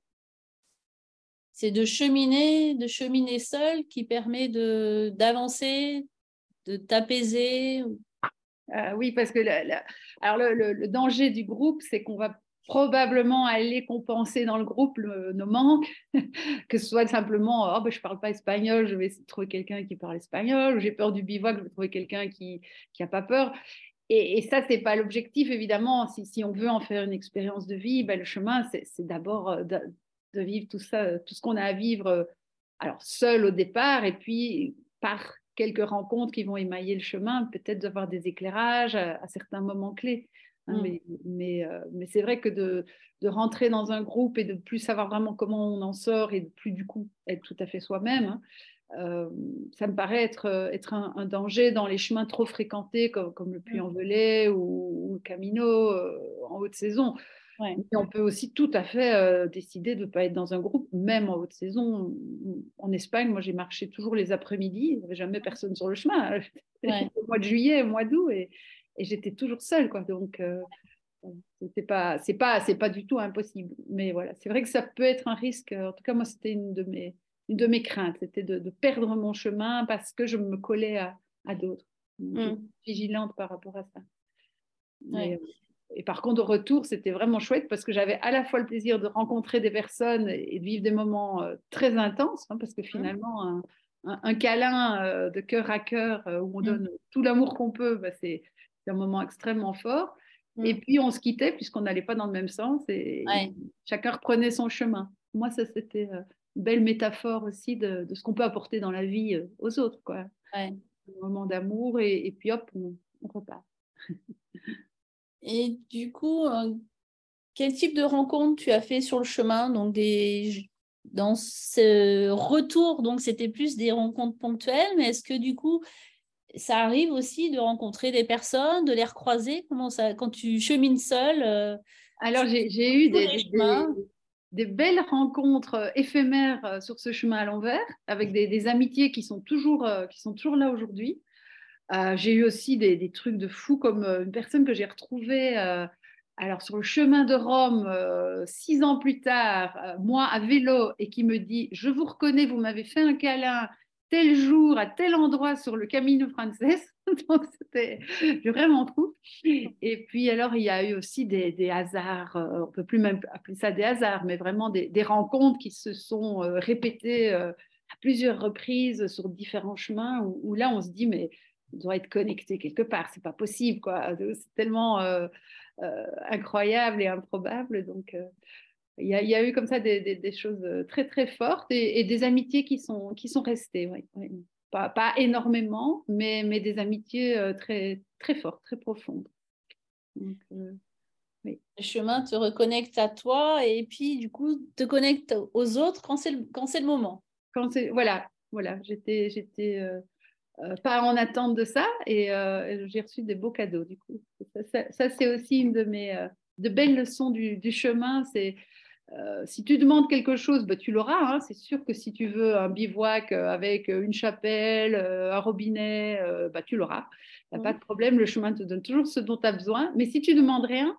c'est de cheminer, de cheminer seul qui permet de d'avancer, de t'apaiser. Euh, oui, parce que la, la, alors le, le, le, danger du groupe, c'est qu'on va probablement aller compenser dans le groupe le, nos manques, que ce soit simplement oh, ben, je ne parle pas espagnol, je vais trouver quelqu'un qui parle espagnol, ou j'ai peur du bivouac, je vais trouver quelqu'un qui n'a pas peur. Et, et ça, ce n'est pas l'objectif, évidemment. Si, si on veut en faire une expérience de vie, ben, le chemin, c'est d'abord de, de vivre tout ça, tout ce qu'on a à vivre, alors seul au départ, et puis par quelques rencontres qui vont émailler le chemin, peut-être d'avoir des éclairages à, à certains moments clés. Hein, mm. Mais, mais, euh, mais c'est vrai que de, de rentrer dans un groupe et de plus savoir vraiment comment on en sort et de plus du coup être tout à fait soi-même, hein, euh, ça me paraît être, être un, un, danger dans les chemins trop fréquentés comme, comme le Puy-en-Velay ou, ou le Camino euh, en haute saison. Ouais. Mais on peut aussi tout à fait euh, décider de ne pas être dans un groupe, même en haute saison. En Espagne, moi, j'ai marché toujours les après-midi. Il n'y avait jamais personne sur le chemin. Ouais. Au mois de juillet, au mois d'août, et, et j'étais toujours seule, quoi. Donc, euh, c'est pas, c'est pas, c'est pas du tout impossible. Mais voilà, c'est vrai que ça peut être un risque. En tout cas, moi, c'était une de mes, une de mes craintes, c'était de, de perdre mon chemin parce que je me collais à, à d'autres. Mm. Je suis vigilante par rapport à ça. Mais, ouais. Et par contre, au retour, c'était vraiment chouette parce que j'avais à la fois le plaisir de rencontrer des personnes et de vivre des moments euh, très intenses, hein, parce que finalement, un, un, un câlin euh, de cœur à cœur euh, où on donne mmh. tout l'amour qu'on peut, bah, c'est un moment extrêmement fort. Mmh. Et puis, on se quittait puisqu'on n'allait pas dans le même sens et, ouais. et chacun reprenait son chemin. Moi, ça, c'était euh, belle métaphore aussi de, de ce qu'on peut apporter dans la vie euh, aux autres, quoi. Ouais. Un moment d'amour et, et puis hop, on, on repart. Et du coup, euh, quel type de rencontres tu as fait sur le chemin? Donc des, dans ce retour, donc c'était plus des rencontres ponctuelles, mais est-ce que du coup, ça arrive aussi de rencontrer des personnes, de les recroiser? Comment ça, quand tu chemines seule, euh, Alors, tu j'ai j'ai eu tous des, les des, chemins? des- des belles rencontres euh, éphémères euh, sur ce chemin à l'envers, avec des, des amitiés qui sont toujours, euh, qui sont toujours là aujourd'hui. Euh, j'ai eu aussi des, des trucs de fou, comme euh, une personne que j'ai retrouvée euh, alors sur le chemin de Rome euh, six ans plus tard, euh, moi à vélo, et qui me dit: je vous reconnais, vous m'avez fait un câlin tel jour à tel endroit sur le Camino Frances. Donc c'était vraiment fou. Et puis alors il y a eu aussi des, des hasards, euh, on peut plus même appeler ça des hasards, mais vraiment des, des rencontres qui se sont euh, répétées euh, à plusieurs reprises sur différents chemins, où, où là on se dit mais on doit être connecté quelque part, c'est pas possible, quoi. C'est tellement euh, euh, incroyable et improbable. Donc, euh, il y, a, il y a eu comme ça des, des, des choses très, très fortes et, et des amitiés qui sont, qui sont restées. Oui, oui. Pas, pas énormément, mais, mais des amitiés euh, très, très fortes, très profondes. Donc, euh, oui. Le chemin te reconnecte à toi et puis du coup te connecte aux autres quand c'est le, quand c'est le moment. Quand c'est, voilà, voilà, j'étais, j'étais euh, euh, pas en attente de ça et, euh, et j'ai reçu des beaux cadeaux du coup. Ça, ça, ça c'est aussi une de mes euh, de belles leçons du, du chemin. C'est euh, si tu demandes quelque chose, bah, tu l'auras. Hein. C'est sûr que si tu veux un bivouac euh, avec une chapelle, euh, un robinet, euh, bah, tu l'auras. Il n'y a Mmh. pas de problème. Le chemin te donne toujours ce dont tu as besoin. Mais si tu demandes rien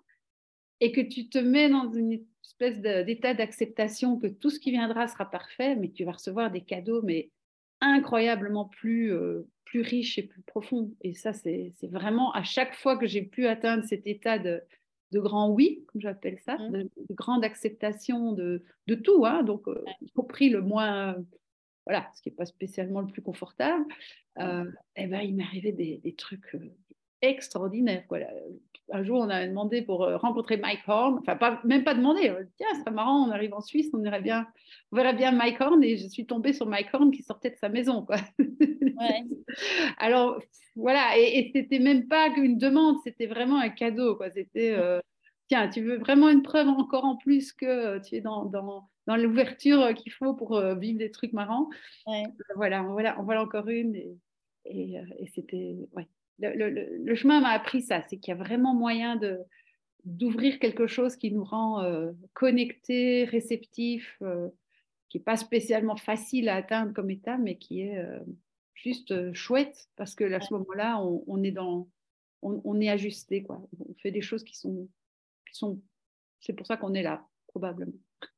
et que tu te mets dans une espèce d'état d'acceptation que tout ce qui viendra sera parfait, mais tu vas recevoir des cadeaux, mais incroyablement plus, euh, plus riches et plus profonds. Et ça, c'est vraiment à chaque fois que j'ai pu atteindre cet état de, de grand oui, comme j'appelle ça, Mmh. de, de grande acceptation de, de tout, hein, donc euh, y compris le moins, voilà, ce qui n'est pas spécialement le plus confortable, euh, eh ben, il m'est arrivé des, des trucs euh, extraordinaires. Quoi. Un jour, on a demandé pour euh, rencontrer Mike Horn, enfin, pas, même pas demandé, euh, tiens, ce serait marrant, on arrive en Suisse, on, irait bien, on verrait bien Mike Horn, et je suis tombée sur Mike Horn qui sortait de sa maison. Quoi. Ouais. Alors, voilà, et, et c'était même pas qu'une demande, c'était vraiment un cadeau. Quoi. C'était, euh, tiens, tu veux vraiment une preuve encore en plus que euh, tu es dans, dans, dans l'ouverture qu'il faut pour euh, vivre des trucs marrants. Ouais. Voilà, voilà, en voilà encore une. Et, et, euh, et c'était, ouais. Le, le, le, chemin m'a appris ça, c'est qu'il y a vraiment moyen de d'ouvrir quelque chose qui nous rend euh, connectés, réceptifs, euh, qui n'est pas spécialement facile à atteindre comme état, mais qui est euh, juste euh, chouette, parce que à ce moment-là, on, on est dans, on, on est ajusté, quoi. On fait des choses qui sont, qui sont, c'est pour ça qu'on est là, probablement.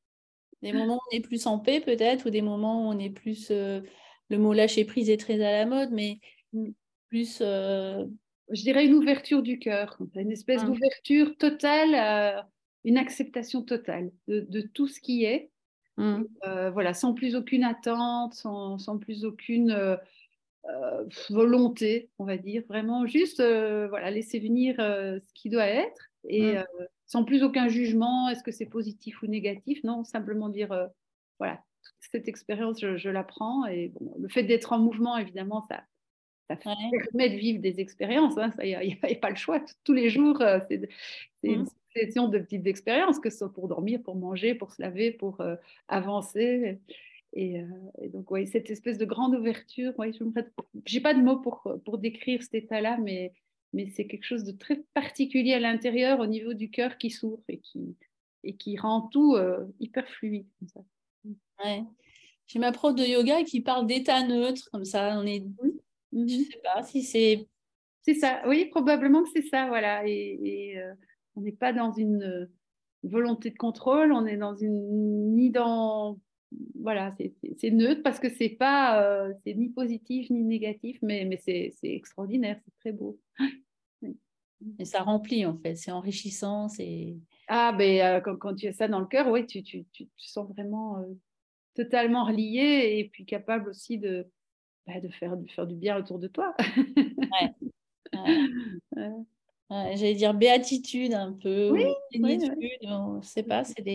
Des moments où on est plus en paix peut-être, ou des moments où on est plus, euh, le mot lâcher prise est très à la mode, mais plus... Euh... Je dirais une ouverture du cœur, une espèce Hum. d'ouverture totale, euh, une acceptation totale de, de, tout ce qui est, Hum. euh, voilà, sans plus aucune attente, sans, sans plus aucune euh, euh, volonté, on va dire, vraiment juste euh, voilà, laisser venir euh, ce qui doit être et Hum. euh, sans plus aucun jugement, est-ce que c'est positif ou négatif, non, simplement dire euh, voilà, toute cette expérience, je, je la prends et bon, le fait d'être en mouvement, évidemment, ça ça Ouais. permet de vivre des expériences. Hein, il n'y a, a, pas le choix. Tous les jours, euh, c'est une Hum. succession de petites expériences, que ce soit pour dormir, pour manger, pour se laver, pour euh, avancer. Et, euh, et donc, oui, cette espèce de grande ouverture, ouais, je n'ai pas de mots pour, pour décrire cet état-là, mais, mais c'est quelque chose de très particulier à l'intérieur, au niveau du cœur qui s'ouvre et qui, et qui rend tout euh, hyper fluide. Comme ça. Ouais. J'ai ma prof de yoga qui parle d'état neutre, comme ça, on est... Oui. Je Mm-hmm. sais pas si c'est... C'est ça, oui, probablement que c'est ça, voilà. Et, et euh, on n'est pas dans une euh, volonté de contrôle, on est dans une ni dans voilà, c'est neutre parce que c'est pas euh, c'est ni positif ni négatif, mais, mais c'est extraordinaire, c'est très beau. Oui. Et ça remplit en fait, c'est enrichissant, c'est... Ah, ben euh, quand, quand tu as ça dans le cœur, oui, tu, tu, tu te sens vraiment euh, totalement relié et puis capable aussi de, bah, de, faire, de faire du bien autour de toi. Ouais. Ouais. Ouais, j'allais dire béatitude un peu, Oui, ou oui, plénitude, oui. on ne sait pas, c'est des...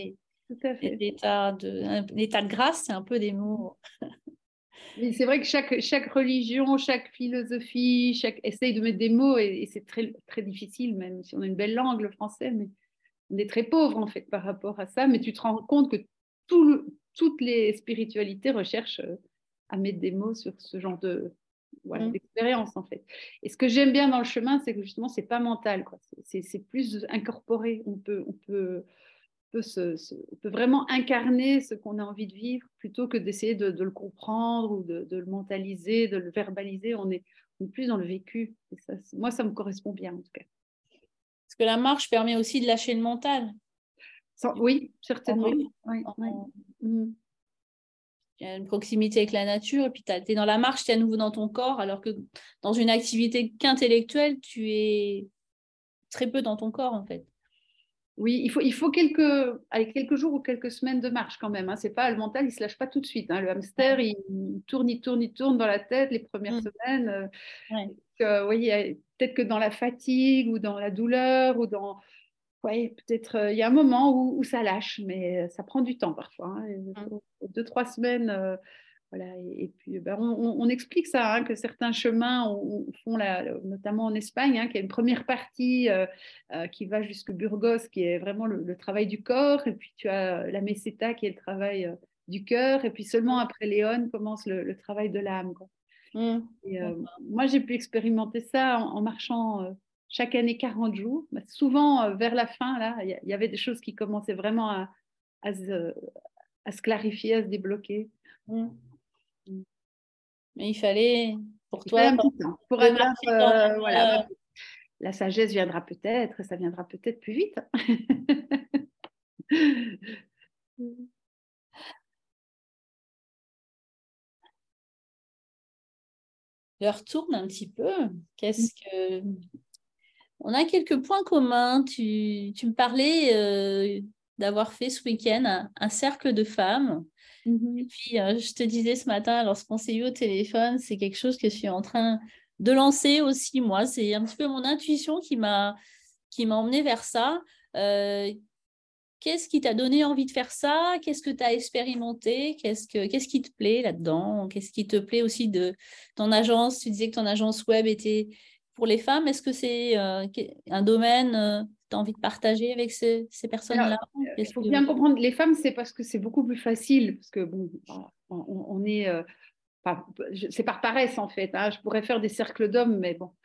tout à fait. L'état de, l'état de grâce, c'est un peu des mots. Mais c'est vrai que chaque, chaque religion, chaque philosophie, chaque essaye de mettre des mots et, et c'est très, très difficile, même si on a une belle langue, le français, mais on est très pauvre en fait par rapport à ça. Mais tu te rends compte que tout le, toutes les spiritualités recherchent euh, à mettre des mots sur ce genre de voilà, Mm. d'expérience en fait. Et ce que j'aime bien dans le chemin, c'est que justement, c'est pas mental, quoi. C'est, c'est plus incorporé. On peut, on peut peut, se, se, peut vraiment incarner ce qu'on a envie de vivre plutôt que d'essayer de, de le comprendre ou de, de, le mentaliser, de le verbaliser. On est, on est plus dans le vécu. Et ça, moi, ça me correspond bien en tout cas. Parce que la marche permet aussi de lâcher le mental. Sans, oui, certainement. Oui. Oui, oui. En, mmh. il y a une proximité avec la nature, et puis tu es dans la marche, tu es à nouveau dans ton corps, alors que dans une activité qu'intellectuelle, tu es très peu dans ton corps, en fait. Oui, il faut, il faut quelques, allez, quelques jours ou quelques semaines de marche quand même. Hein. C'est pas, le mental, il ne se lâche pas tout de suite. Hein. Le hamster, il, il tourne, il tourne, il tourne dans la tête les premières Mm. semaines. Euh, Ouais. euh, oui, peut-être que dans la fatigue ou dans la douleur ou dans... Oui, peut-être euh, il y a un moment où, où ça lâche, mais ça prend du temps parfois. Hein. Il Mm. faut deux, trois semaines. Euh, voilà, et, et puis ben, on, on, explique ça, hein, que certains chemins on, on font, la, notamment en Espagne, hein, qu'il y a une première partie euh, euh, qui va jusqu'à Burgos, qui est vraiment le, le travail du corps, et puis tu as la meseta qui est le travail euh, du cœur, et puis seulement après Léon commence le, le travail de l'âme. Mm. Et, euh, moi, j'ai pu expérimenter ça en, en marchant euh, chaque année quarante jours. Bah, souvent, euh, vers la fin, là, il y, y, avait des choses qui commençaient vraiment à, à, se, à se clarifier, à se débloquer. Mm. Mais il fallait, pour Il fallait toi, un petit temps pour de atteindre. marcher quand Euh, même. voilà, Euh... bah, la sagesse viendra peut-être, et ça viendra peut-être plus vite. Je retourne un petit peu. Qu'est-ce que... On a quelques points communs. Tu, tu me parlais euh, d'avoir fait ce week-end un, un cercle de femmes. Et puis, euh, je te disais ce matin, lorsqu'on s'est eu au téléphone, c'est quelque chose que je suis en train de lancer aussi, moi. C'est un petit peu mon intuition qui m'a qui m'a emmenée vers ça. Euh, qu'est-ce qui t'a donné envie de faire ça? Qu'est-ce que tu as expérimenté? Qu'est-ce que, qu'est-ce qui te plaît là-dedans? Qu'est-ce qui te plaît aussi de ton agence? Tu disais que ton agence web était pour les femmes. Est-ce que c'est euh, un domaine euh, que tu as envie de partager avec ces, ces Alors, personnes-là? il Qu'est-ce faut que... bien comprendre, les femmes, c'est parce que c'est beaucoup plus facile, parce que bon, on, on est, euh, enfin, c'est par paresse en fait. Hein. Je pourrais faire des cercles d'hommes, mais bon.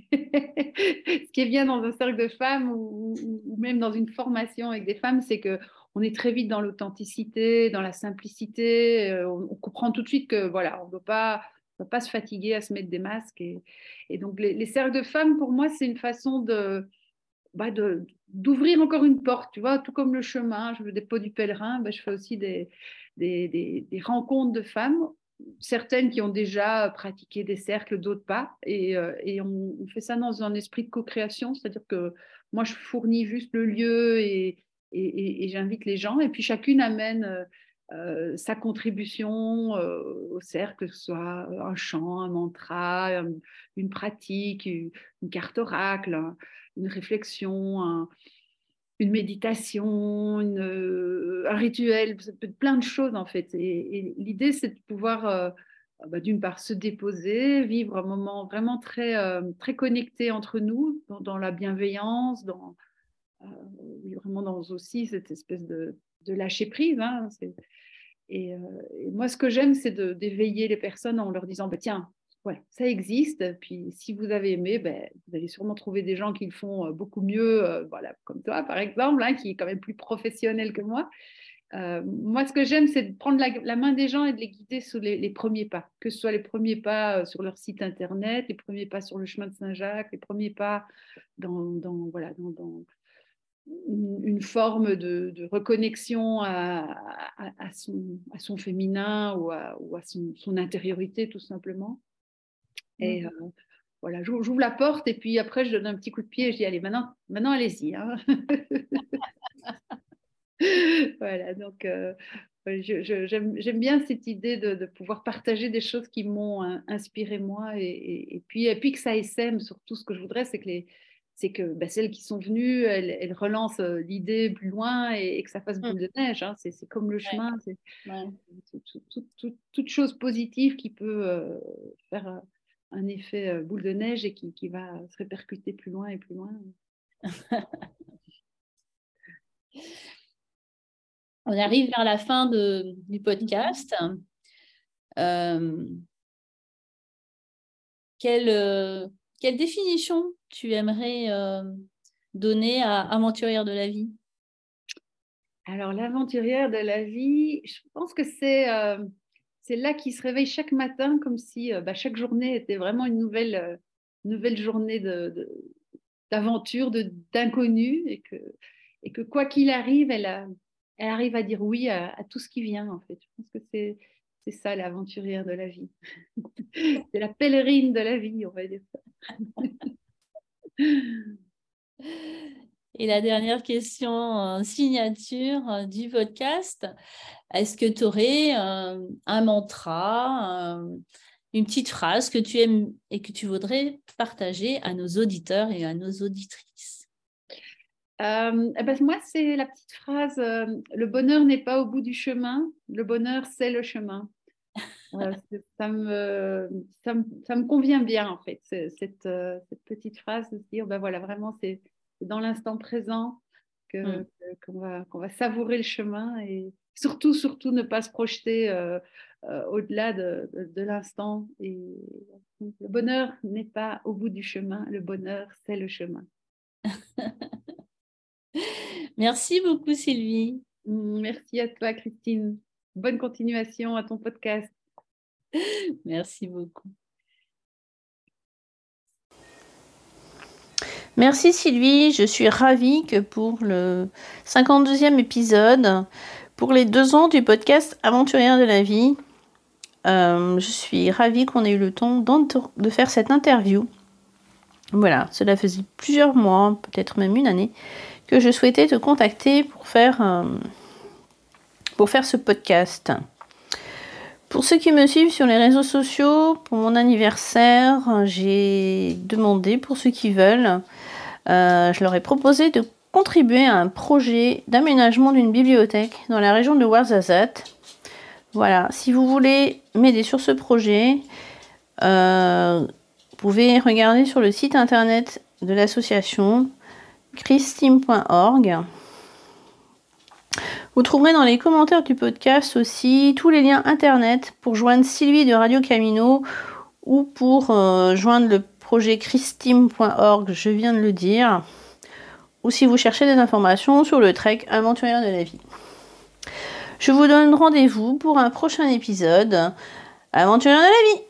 Ce qui est bien dans un cercle de femmes ou, ou, ou même dans une formation avec des femmes, c'est que on est très vite dans l'authenticité, dans la simplicité. Euh, on, on comprend tout de suite que voilà, on ne doit pas, on doit pas se fatiguer à se mettre des masques. Et, et donc les, les cercles de femmes, pour moi, c'est une façon de bah de, d'ouvrir encore une porte, tu vois, tout comme le chemin, je veux des pots du pèlerin, bah je fais aussi des, des, des, des, rencontres de femmes, certaines qui ont déjà pratiqué des cercles, d'autres pas, et, euh, et on, on, fait ça dans un esprit de co-création, c'est-à-dire que moi je fournis juste le lieu et, et, et, et j'invite les gens, et puis chacune amène euh, euh, sa contribution euh, au cercle, que ce soit un chant, un mantra, une, une pratique, une, une carte oracle, une réflexion, un, une méditation, une, euh, un rituel, ça peut être plein de choses en fait. Et, et l'idée, c'est de pouvoir, euh, bah, d'une part, se déposer, vivre un moment vraiment très, euh, très connecté entre nous, dans, dans la bienveillance, dans, euh, vraiment dans aussi cette espèce de, de lâcher prise. Hein, et, euh, et moi, ce que j'aime, c'est de, d'éveiller les personnes en leur disant, bah, tiens, voilà, ça existe. Puis si vous avez aimé, ben, vous allez sûrement trouver des gens qui le font beaucoup mieux, euh, voilà, comme toi, par exemple, hein, qui est quand même plus professionnel que moi. Euh, moi, ce que j'aime, c'est de prendre la, la main des gens et de les guider sur les, les premiers pas, que ce soit les premiers pas sur leur site internet, les premiers pas sur le chemin de Saint-Jacques, les premiers pas dans, dans voilà, dans, dans une, une forme de, de reconnexion à, à, à, son, à son féminin ou à, ou à son, son intériorité, tout simplement. Et Mmh. euh, voilà, j'ouvre la porte et puis après, je donne un petit coup de pied et je dis, allez, maintenant, maintenant allez-y. Hein. Voilà, donc euh, je, je, j'aime, j'aime bien cette idée de, de pouvoir partager des choses qui m'ont inspiré moi et, et, et, puis, et puis que ça essaime. Surtout, ce que je voudrais, c'est que les, c'est que bah, celles qui sont venues, elles, elles relancent euh, l'idée plus loin et, et que ça fasse boule de neige. Hein. C'est, c'est comme le chemin, ouais. C'est ouais. tout, tout, tout, tout, toute chose positive qui peut euh, faire euh, un effet euh, boule de neige et qui, qui va se répercuter plus loin et plus loin. On arrive vers la fin de, du podcast. Euh, quelle, euh, quelle définition tu aimerais euh, donner à Aventurière de la vie? Alors, l'aventurière de la vie, je pense que c'est euh, c'est là qui se réveille chaque matin comme si euh, bah, chaque journée était vraiment une nouvelle, euh, nouvelle journée de, de, d'aventure, de, d'inconnu et que, et que quoi qu'il arrive, elle, a, elle arrive à dire oui à, à tout ce qui vient en fait. Je pense que c'est, c'est ça l'aventurière de la vie. C'est la pèlerine de la vie, on va dire ça. Et la dernière question euh, signature euh, du podcast, est-ce que tu aurais euh, un mantra, euh, une petite phrase que tu aimes et que tu voudrais partager à nos auditeurs et à nos auditrices? Euh, eh ben, moi, c'est la petite phrase euh, le bonheur n'est pas au bout du chemin, le bonheur, c'est le chemin. Euh, ça, me, ça, me, ça me convient bien, en fait, cette, euh, cette petite phrase de se dire ben voilà, vraiment, c'est dans l'instant présent que, Mm. que, qu'on va, qu'on va savourer le chemin et surtout, surtout ne pas se projeter euh, euh, au-delà de, de, de l'instant. Et le bonheur n'est pas au bout du chemin, le bonheur, c'est le chemin. Merci beaucoup, Sylvie. Merci à toi, Christine. Bonne continuation à ton podcast. Merci beaucoup. Merci Sylvie, je suis ravie que pour le cinquante-deuxième épisode, pour les deux ans du podcast Aventurière de la vie, euh, je suis ravie qu'on ait eu le temps de faire cette interview. Voilà, cela faisait plusieurs mois, peut-être même une année, que je souhaitais te contacter pour faire, euh, pour faire ce podcast. Pour ceux qui me suivent sur les réseaux sociaux, pour mon anniversaire, j'ai demandé, pour ceux qui veulent, euh, je leur ai proposé de contribuer à un projet d'aménagement d'une bibliothèque dans la région de Ouarzazate. Voilà, si vous voulez m'aider sur ce projet, euh, vous pouvez regarder sur le site internet de l'association christeam point org. Vous trouverez dans les commentaires du podcast aussi tous les liens internet pour joindre Sylvie de Radio Camino ou pour euh, joindre le projet christeam point org, je viens de le dire, ou si vous cherchez des informations sur le trek Aventurière de la vie. Je vous donne rendez-vous pour un prochain épisode Aventurière de la vie.